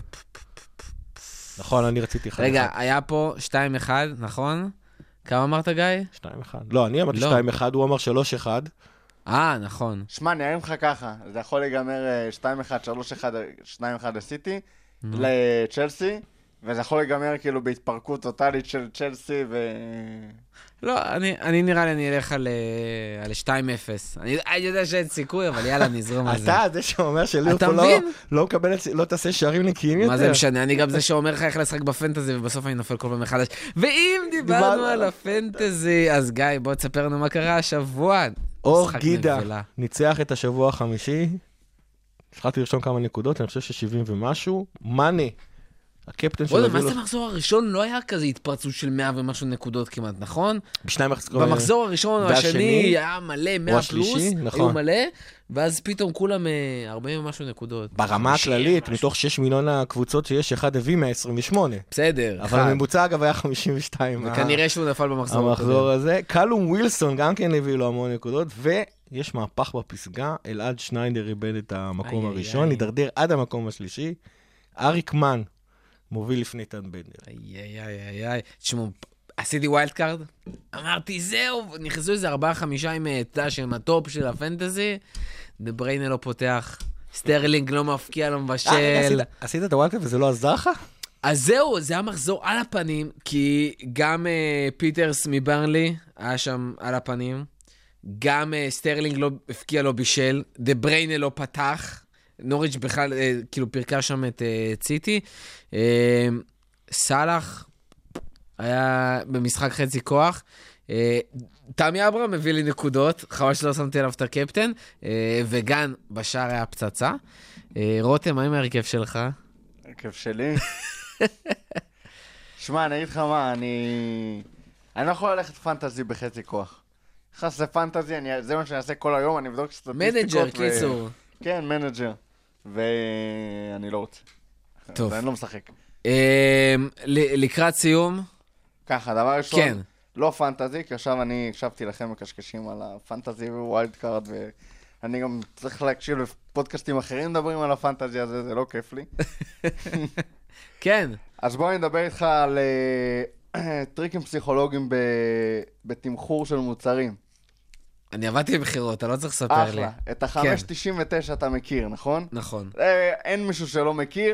נכון, אני רציתי אחד רגע, אחד. היה פה שתיים אחד, נכון? כמה אמרת, גיא? שתיים אחד. לא, אני אמרתי לא. שתיים אחד, הוא אמר שלוש אחד. אה, נכון. שמע, אני ארים לך ככה, זה יכול להיגמר אה, שתיים אחד, שלוש אחד, שתיים אחד לסיטי, לצ'לסי, וזה יכול להיגמר כאילו בהתפרקות טוטלית של צ'לסי ו... לא, אני, אני נראה לי אני אלך על, אה, על שתיים אפס. אני, אני יודע שאין סיכוי, אבל יאללה, נזרום על זה. אתה זה שאומר שליברפול לא- מבין? לא מקבל, את- לא תעשה שערים נקיים יותר. מה זה משנה? אני גם זה שאומר לך איך לשחק בפנטזי, ובסוף אני נופל כל פעם מחדש. ואם דיברנו דיברנו על על הפנטזי, אז גיא, בוא תספר לנו מה קרה השבוע. אור משחק גידה נבלה. ניצח את השבוע החמישי. התחלתי לרשום כמה נקודות, אני חושב ש-שבעים ומשהו. מאני, הקפטן שלו, בוא'נה, מה הביא זה לו- המחזור הראשון? לא היה כזה התפרצות של מאה ומשהו נקודות כמעט, נכון? בשניים מחזורים. במחזור הראשון או והשני, השני היה מלא, מאה השלישי, פלוס, נכון. היו מלא, ואז פתאום כולם אה, ארבעים ומשהו נקודות. ברמה הכללית, מתוך שש מיליון הקבוצות שיש, אחד הביא מאה עשרים ושמונה. בסדר, אבל אחד. הממוצע אגב היה חמישים ושתיים. וכנראה שהוא נפל במחזור. המחזור הזה. קלום ווילסון גם כן הביא לו המון נקודות, ויש מהפך בפסגה, אלעד שניידר איבד את המקום איי, הראשון, איי. נידרדר עד המקום השלישי. אריק מן מוביל לפני טן בנדר. איי, איי, איי, איי, איי. תשמעו, עשיתי ווילד קארד, אמרתי, זהו, נכנסו איזה ארבעה, חמישה עם תא שהם הטופ של הפנטזי, דה בריינה לא פותח, סטרלינג לא מפקיע, לא אה, רגע, מבשל. עשית- עשית את הוואלקאפ וזה לא עזר לך? אז זהו, זה היה מחזור על הפנים, כי גם uh, פיטרס מברנלי היה שם על הפנים, גם uh, סטרלינג לא הפקיע, לא בישל, דה בריינה לא פתח, נוריץ' בכלל uh, כאילו פרקה שם את uh, ציטי, uh, סלאח היה במשחק חצי כוח, uh, תמי אברהם מביא לי נקודות, חבל שלא שמתי עליו את הקפטן, uh, וגן בשער היה פצצה. Uh, רותם, מה עם ההרכב שלך? הרכב שלי. שמע, אני אגיד לך מה, אני... אני לא יכול ללכת פנטזי בחצי כוח. נכנס לפנטזי, אני... זה מה שאני אעשה כל היום, אני אבדוק סטטיסטיקות. מנג'ר, ו- קיצור. כן, מנג'ר. ואני לא רוצה. טוב. ואני לא משחק. אה, ל- לקראת סיום, ככה, דבר ראשון, כן. לא פנטזי, כי עכשיו אני הקשבתי לכם מקשקשים על הפנטזי ווילד קארד, ואני גם צריך להקשיב לפודקאסטים אחרים מדברים על הפנטזי הזה, זה לא כיף לי. כן, אז בואי נדבר איתך על אה, טריקים פסיכולוגיים ב- בתמחור של מוצרים. אני עבדתי בבחירות, אתה לא צריך לספר לי. אחלה. את ה-חמש תשעים ותשע אתה מכיר, נכון? נכון. אה, אין מישהו שלא מכיר,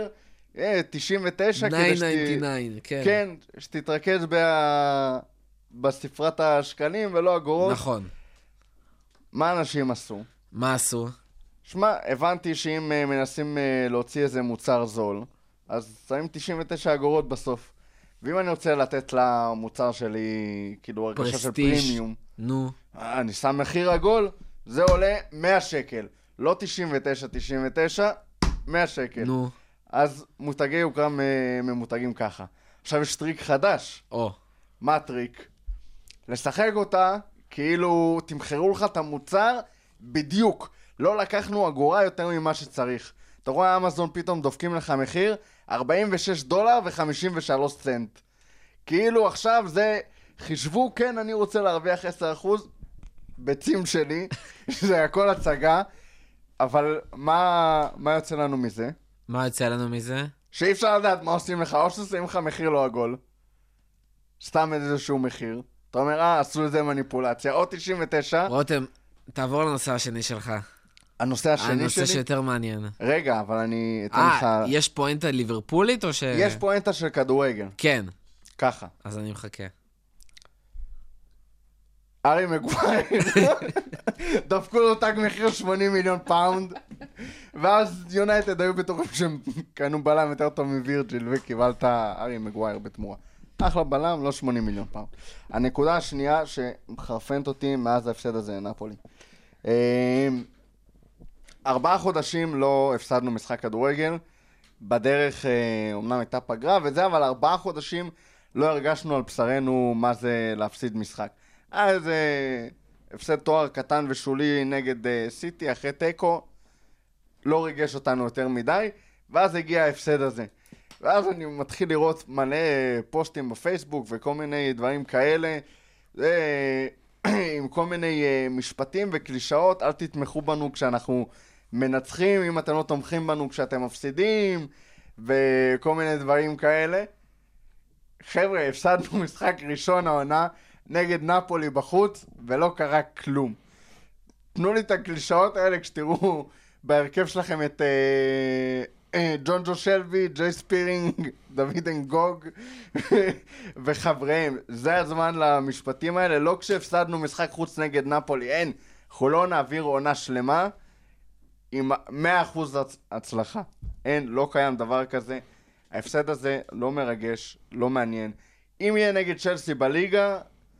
אה, תשעים ותשע, כדי תשע תשעים ותשע, כן. כן, שתתרכז ב- בספרת השקלים ולא אגורות. נכון. מה אנשים עשו? מה עשו? שמע, הבנתי שאם uh, מנסים uh, להוציא איזה מוצר זול, אז שמים תשעים ותשע אגורות בסוף. ואם אני רוצה לתת למוצר שלי, כאילו, הרגשה של פרימיום, נו. אני שם מחיר עגול, זה עולה מאה שקל. לא תשעים ותשע, תשעים ותשע, מאה שקל. נו. אז מותגי יוקרם uh, ממותגים ככה. עכשיו יש טריק חדש. או. מה הטריק? לשחק אותה, כאילו תמחרו לך את המוצר בדיוק. לא לקחנו אגורה יותר ממה שצריך. אתה רואה אמזון פתאום דופקים לך מחיר ארבעים ושש דולר ו-חמישים ושלושה סנט. כאילו עכשיו זה, חישבו, כן, אני רוצה להרוויח עשרה אחוז ביצים שלי, זה הכל הצגה, אבל מה, מה יוצא לנו מזה? מה יוצא לנו מזה? שאי אפשר לדעת מה עושים לך, או שעושים לך מחיר לא עגול, סתם איזשהו מחיר, אתה אומר, אה, עשו לזה מניפולציה, או תשעים ותשע. רותם, תעבור לנושא השני שלך. הנושא השני שלי? הנושא שיותר מעניין. רגע, אבל אני אתן לך... אה, יש פואנטה ליברפולית או ש... יש פואנטה של כדורגל. כן. ככה. אז אני מחכה. ארי מגווייר, דפקו לו תג מחיר שמונים מיליון פאונד, ואז יונייטד היו בטוחים שהם קנו בלם יותר טוב מווירג'יל, וקיבלת ארי מגווייר בתמורה. אחלה בלם, לא שמונים מיליון פאונד. הנקודה השנייה שמחרפנת אותי מאז ההפסד הזה לנאפולי. ארבעה חודשים לא הפסדנו משחק כדורגל, בדרך אומנם הייתה פגרה וזה, אבל ארבעה חודשים לא הרגשנו על בשרנו מה זה להפסיד משחק. היה איזה הפסד תואר קטן ושולי נגד סיטי אחרי טקו, לא ריגש אותנו יותר מדי, ואז הגיע ההפסד הזה. ואז אני מתחיל לראות מלא פוסטים בפייסבוק וכל מיני דברים כאלה, עם כל מיני משפטים וקלישאות, אל תתמכו בנו כשאנחנו מנצחים, אם אתם לא תומכים בנו כשאתם מפסידים, וכל מיני דברים כאלה. חבר'ה, הפסדנו משחק ראשון העונה נגד נאפולי בחוץ, ולא קרה כלום. תנו לי את הקלישאות האלה כשתראו בהרכב שלכם את אה, אה, ג'ון ג'ו שלוי, ג'יי ספירינג, דוד אנגוג וחבריהם. זה הזמן למשפטים האלה, לא כשהפסדנו משחק חוץ נגד נאפולי, אין. אנחנו לא נעביר עונה שלמה עם מאה אחוז הצלחה. אין, לא קיים דבר כזה. ההפסד הזה לא מרגש, לא מעניין. אם יהיה נגד צ'לסי בליגה,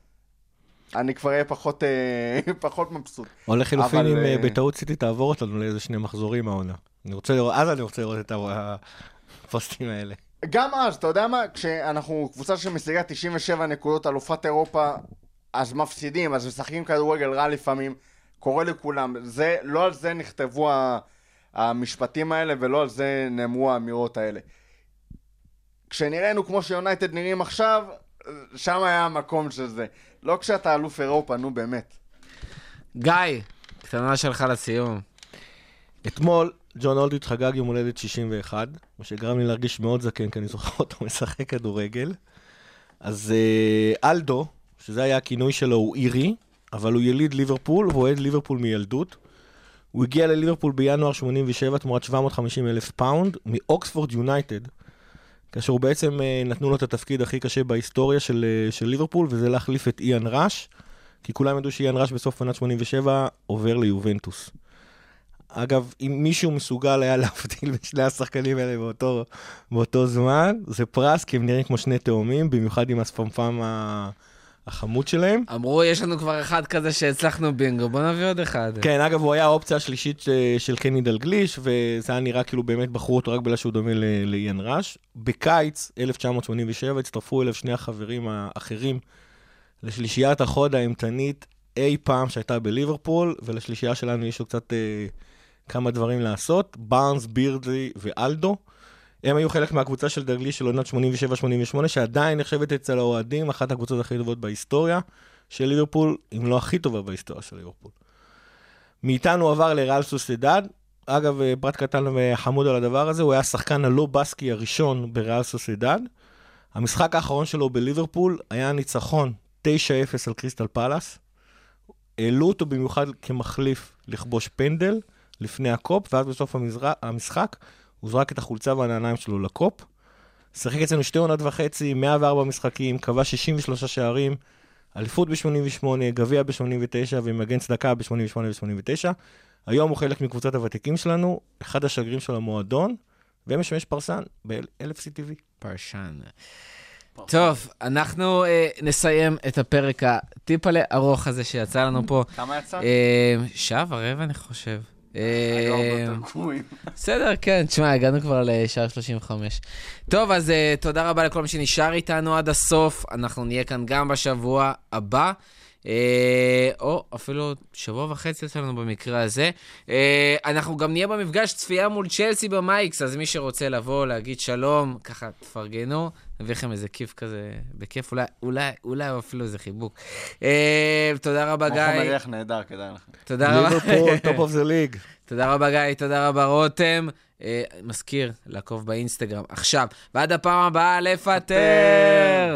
אני כבר אהיה פחות, פחות מבסוט. או לחילופין, אם בטעות סיטי תעבור אותנו לאיזה שני מחזורים העונה. אני רוצה לראות, אז אני רוצה לראות את הפוסטים האלה. גם אז, אתה יודע מה? כשאנחנו קבוצה שמשיגה תשעים ושבע נקודות אלופת אירופה, אז מפסידים, אז משחקים כדורגל רע לפעמים, קורה לכולם. זה, לא על זה נכתבו המשפטים האלה, ולא על זה נאמרו האמירות האלה. כשנראינו כמו שיונייטד נראים עכשיו, שם היה המקום של זה. לא כשאתה אלוף אירופה, נו באמת. גיא, קטנה שלך לסיום. אתמול ג'ון אולדריץ' חגג יום הולדת שישים ואחת, מה שגרם לי להרגיש מאוד זקן, כי אני זוכר אותו משחק כדורגל. אז אה, אלדו, שזה היה הכינוי שלו, הוא אירי, אבל הוא יליד ליברפול, והוא אוהד ליברפול מילדות. הוא הגיע לליברפול בינואר שמונים ושבע, תמורת שבע מאות וחמישים אלף פאונד, מאוקספורד יונייטד, כאשר הוא בעצם נתנו לו את התפקיד הכי קשה בהיסטוריה של, של ליברפול, וזה להחליף את איאן ראש, כי כולם ידעו שאיאן ראש בסוף עונת שמונים ושבע עובר ליובנטוס. אגב, אם מישהו מסוגל היה להבדיל בשני השחקנים האלה באותו, באותו זמן, זה פרס, כי הם נראים כמו שני תאומים, במיוחד עם הספמפם החמוד שלהם. אמרו, יש לנו כבר אחד כזה שהצלחנו בינגו, בוא נביא עוד אחד. כן, אגב, הוא היה האופציה השלישית של קני דלגליש, וזה היה נראה כאילו באמת בחרו אותו רק בגלל שהוא דומה לאיאן ראש. בקיץ אלף תשע מאות שמונים ושבע הצטרפו אליו שני החברים האחרים לשלישיית החוד האימתנית אי פעם שהייתה בליברפול, ולשלישייה שלנו יש לו קצת אה, כמה דברים לעשות, בארנס, בירדלי ואלדו. הם היו חלק מהקבוצה של דלגליש של עונת שמונים ושבע שמונים ושמונה, שעדיין נחשבת אצל האוהדים, אחת הקבוצות הכי טובות בהיסטוריה של ליברפול, אם לא הכי טובה בהיסטוריה של ליברפול. מאיתנו עבר לריאל סוסיידד, אגב, פרט קטן וחמוד על הדבר הזה, הוא היה השחקן הלא בסקי הראשון בריאל סוסיידד. המשחק האחרון שלו בליברפול היה ניצחון תשע אפס על קריסטל פלאס. העלו אותו במיוחד כמחליף לכבוש פנדל לפני הקופ, ואז בסוף המשחק הוא זרק את החולצה והנעליים שלו לקופ, שחק אצלנו שתי עונות וחצי, מאה וארבע משחקים, קבע שישים ושלושה שערים, אליפות ב-שמונים ושמונה, גביע ב-שמונים ותשע ומגן צדקה ב-שמונים ושמונה ו-שמונים ותשע. היום הוא חלק מקבוצת הוותיקים שלנו, אחד השגרירים של המועדון, ומשמש פרסן ב-אלף סי טי וי. פרשן. טוב, אנחנו אה, נסיים את הפרק הטיפ עלי ארוך הזה שיצא לנו פה. כמה יצא? אה, שעה ורבע אני חושב. היו הרבה יותר גבוהים. בסדר, כן, תשמע, הגענו כבר לשעה שלושים וחמש. טוב, אז uh, תודה רבה לכל מי שנשאר איתנו עד הסוף. אנחנו נהיה כאן גם בשבוע הבא, uh, או אפילו שבוע וחצי אצלנו במקרה הזה. Uh, אנחנו גם נהיה במפגש צפייה מול צ'לסי במייקס, אז מי שרוצה לבוא, להגיד שלום, ככה תפרגנו, נביא לכם איזה כיף כזה, בכיף, אולי, אולי, אולי אפילו איזה חיבוק. Uh, תודה רבה, גיא. כמו חומר ריח נהדר, כדאי לכם. תודה רבה. ליברפול, טופ אוף זה ליג. תודה רבה גיא, תודה רבה רותם. אה, מזכיר, לעקוב באינסטגרם עכשיו. ועד הפעם הבאה, לפטר!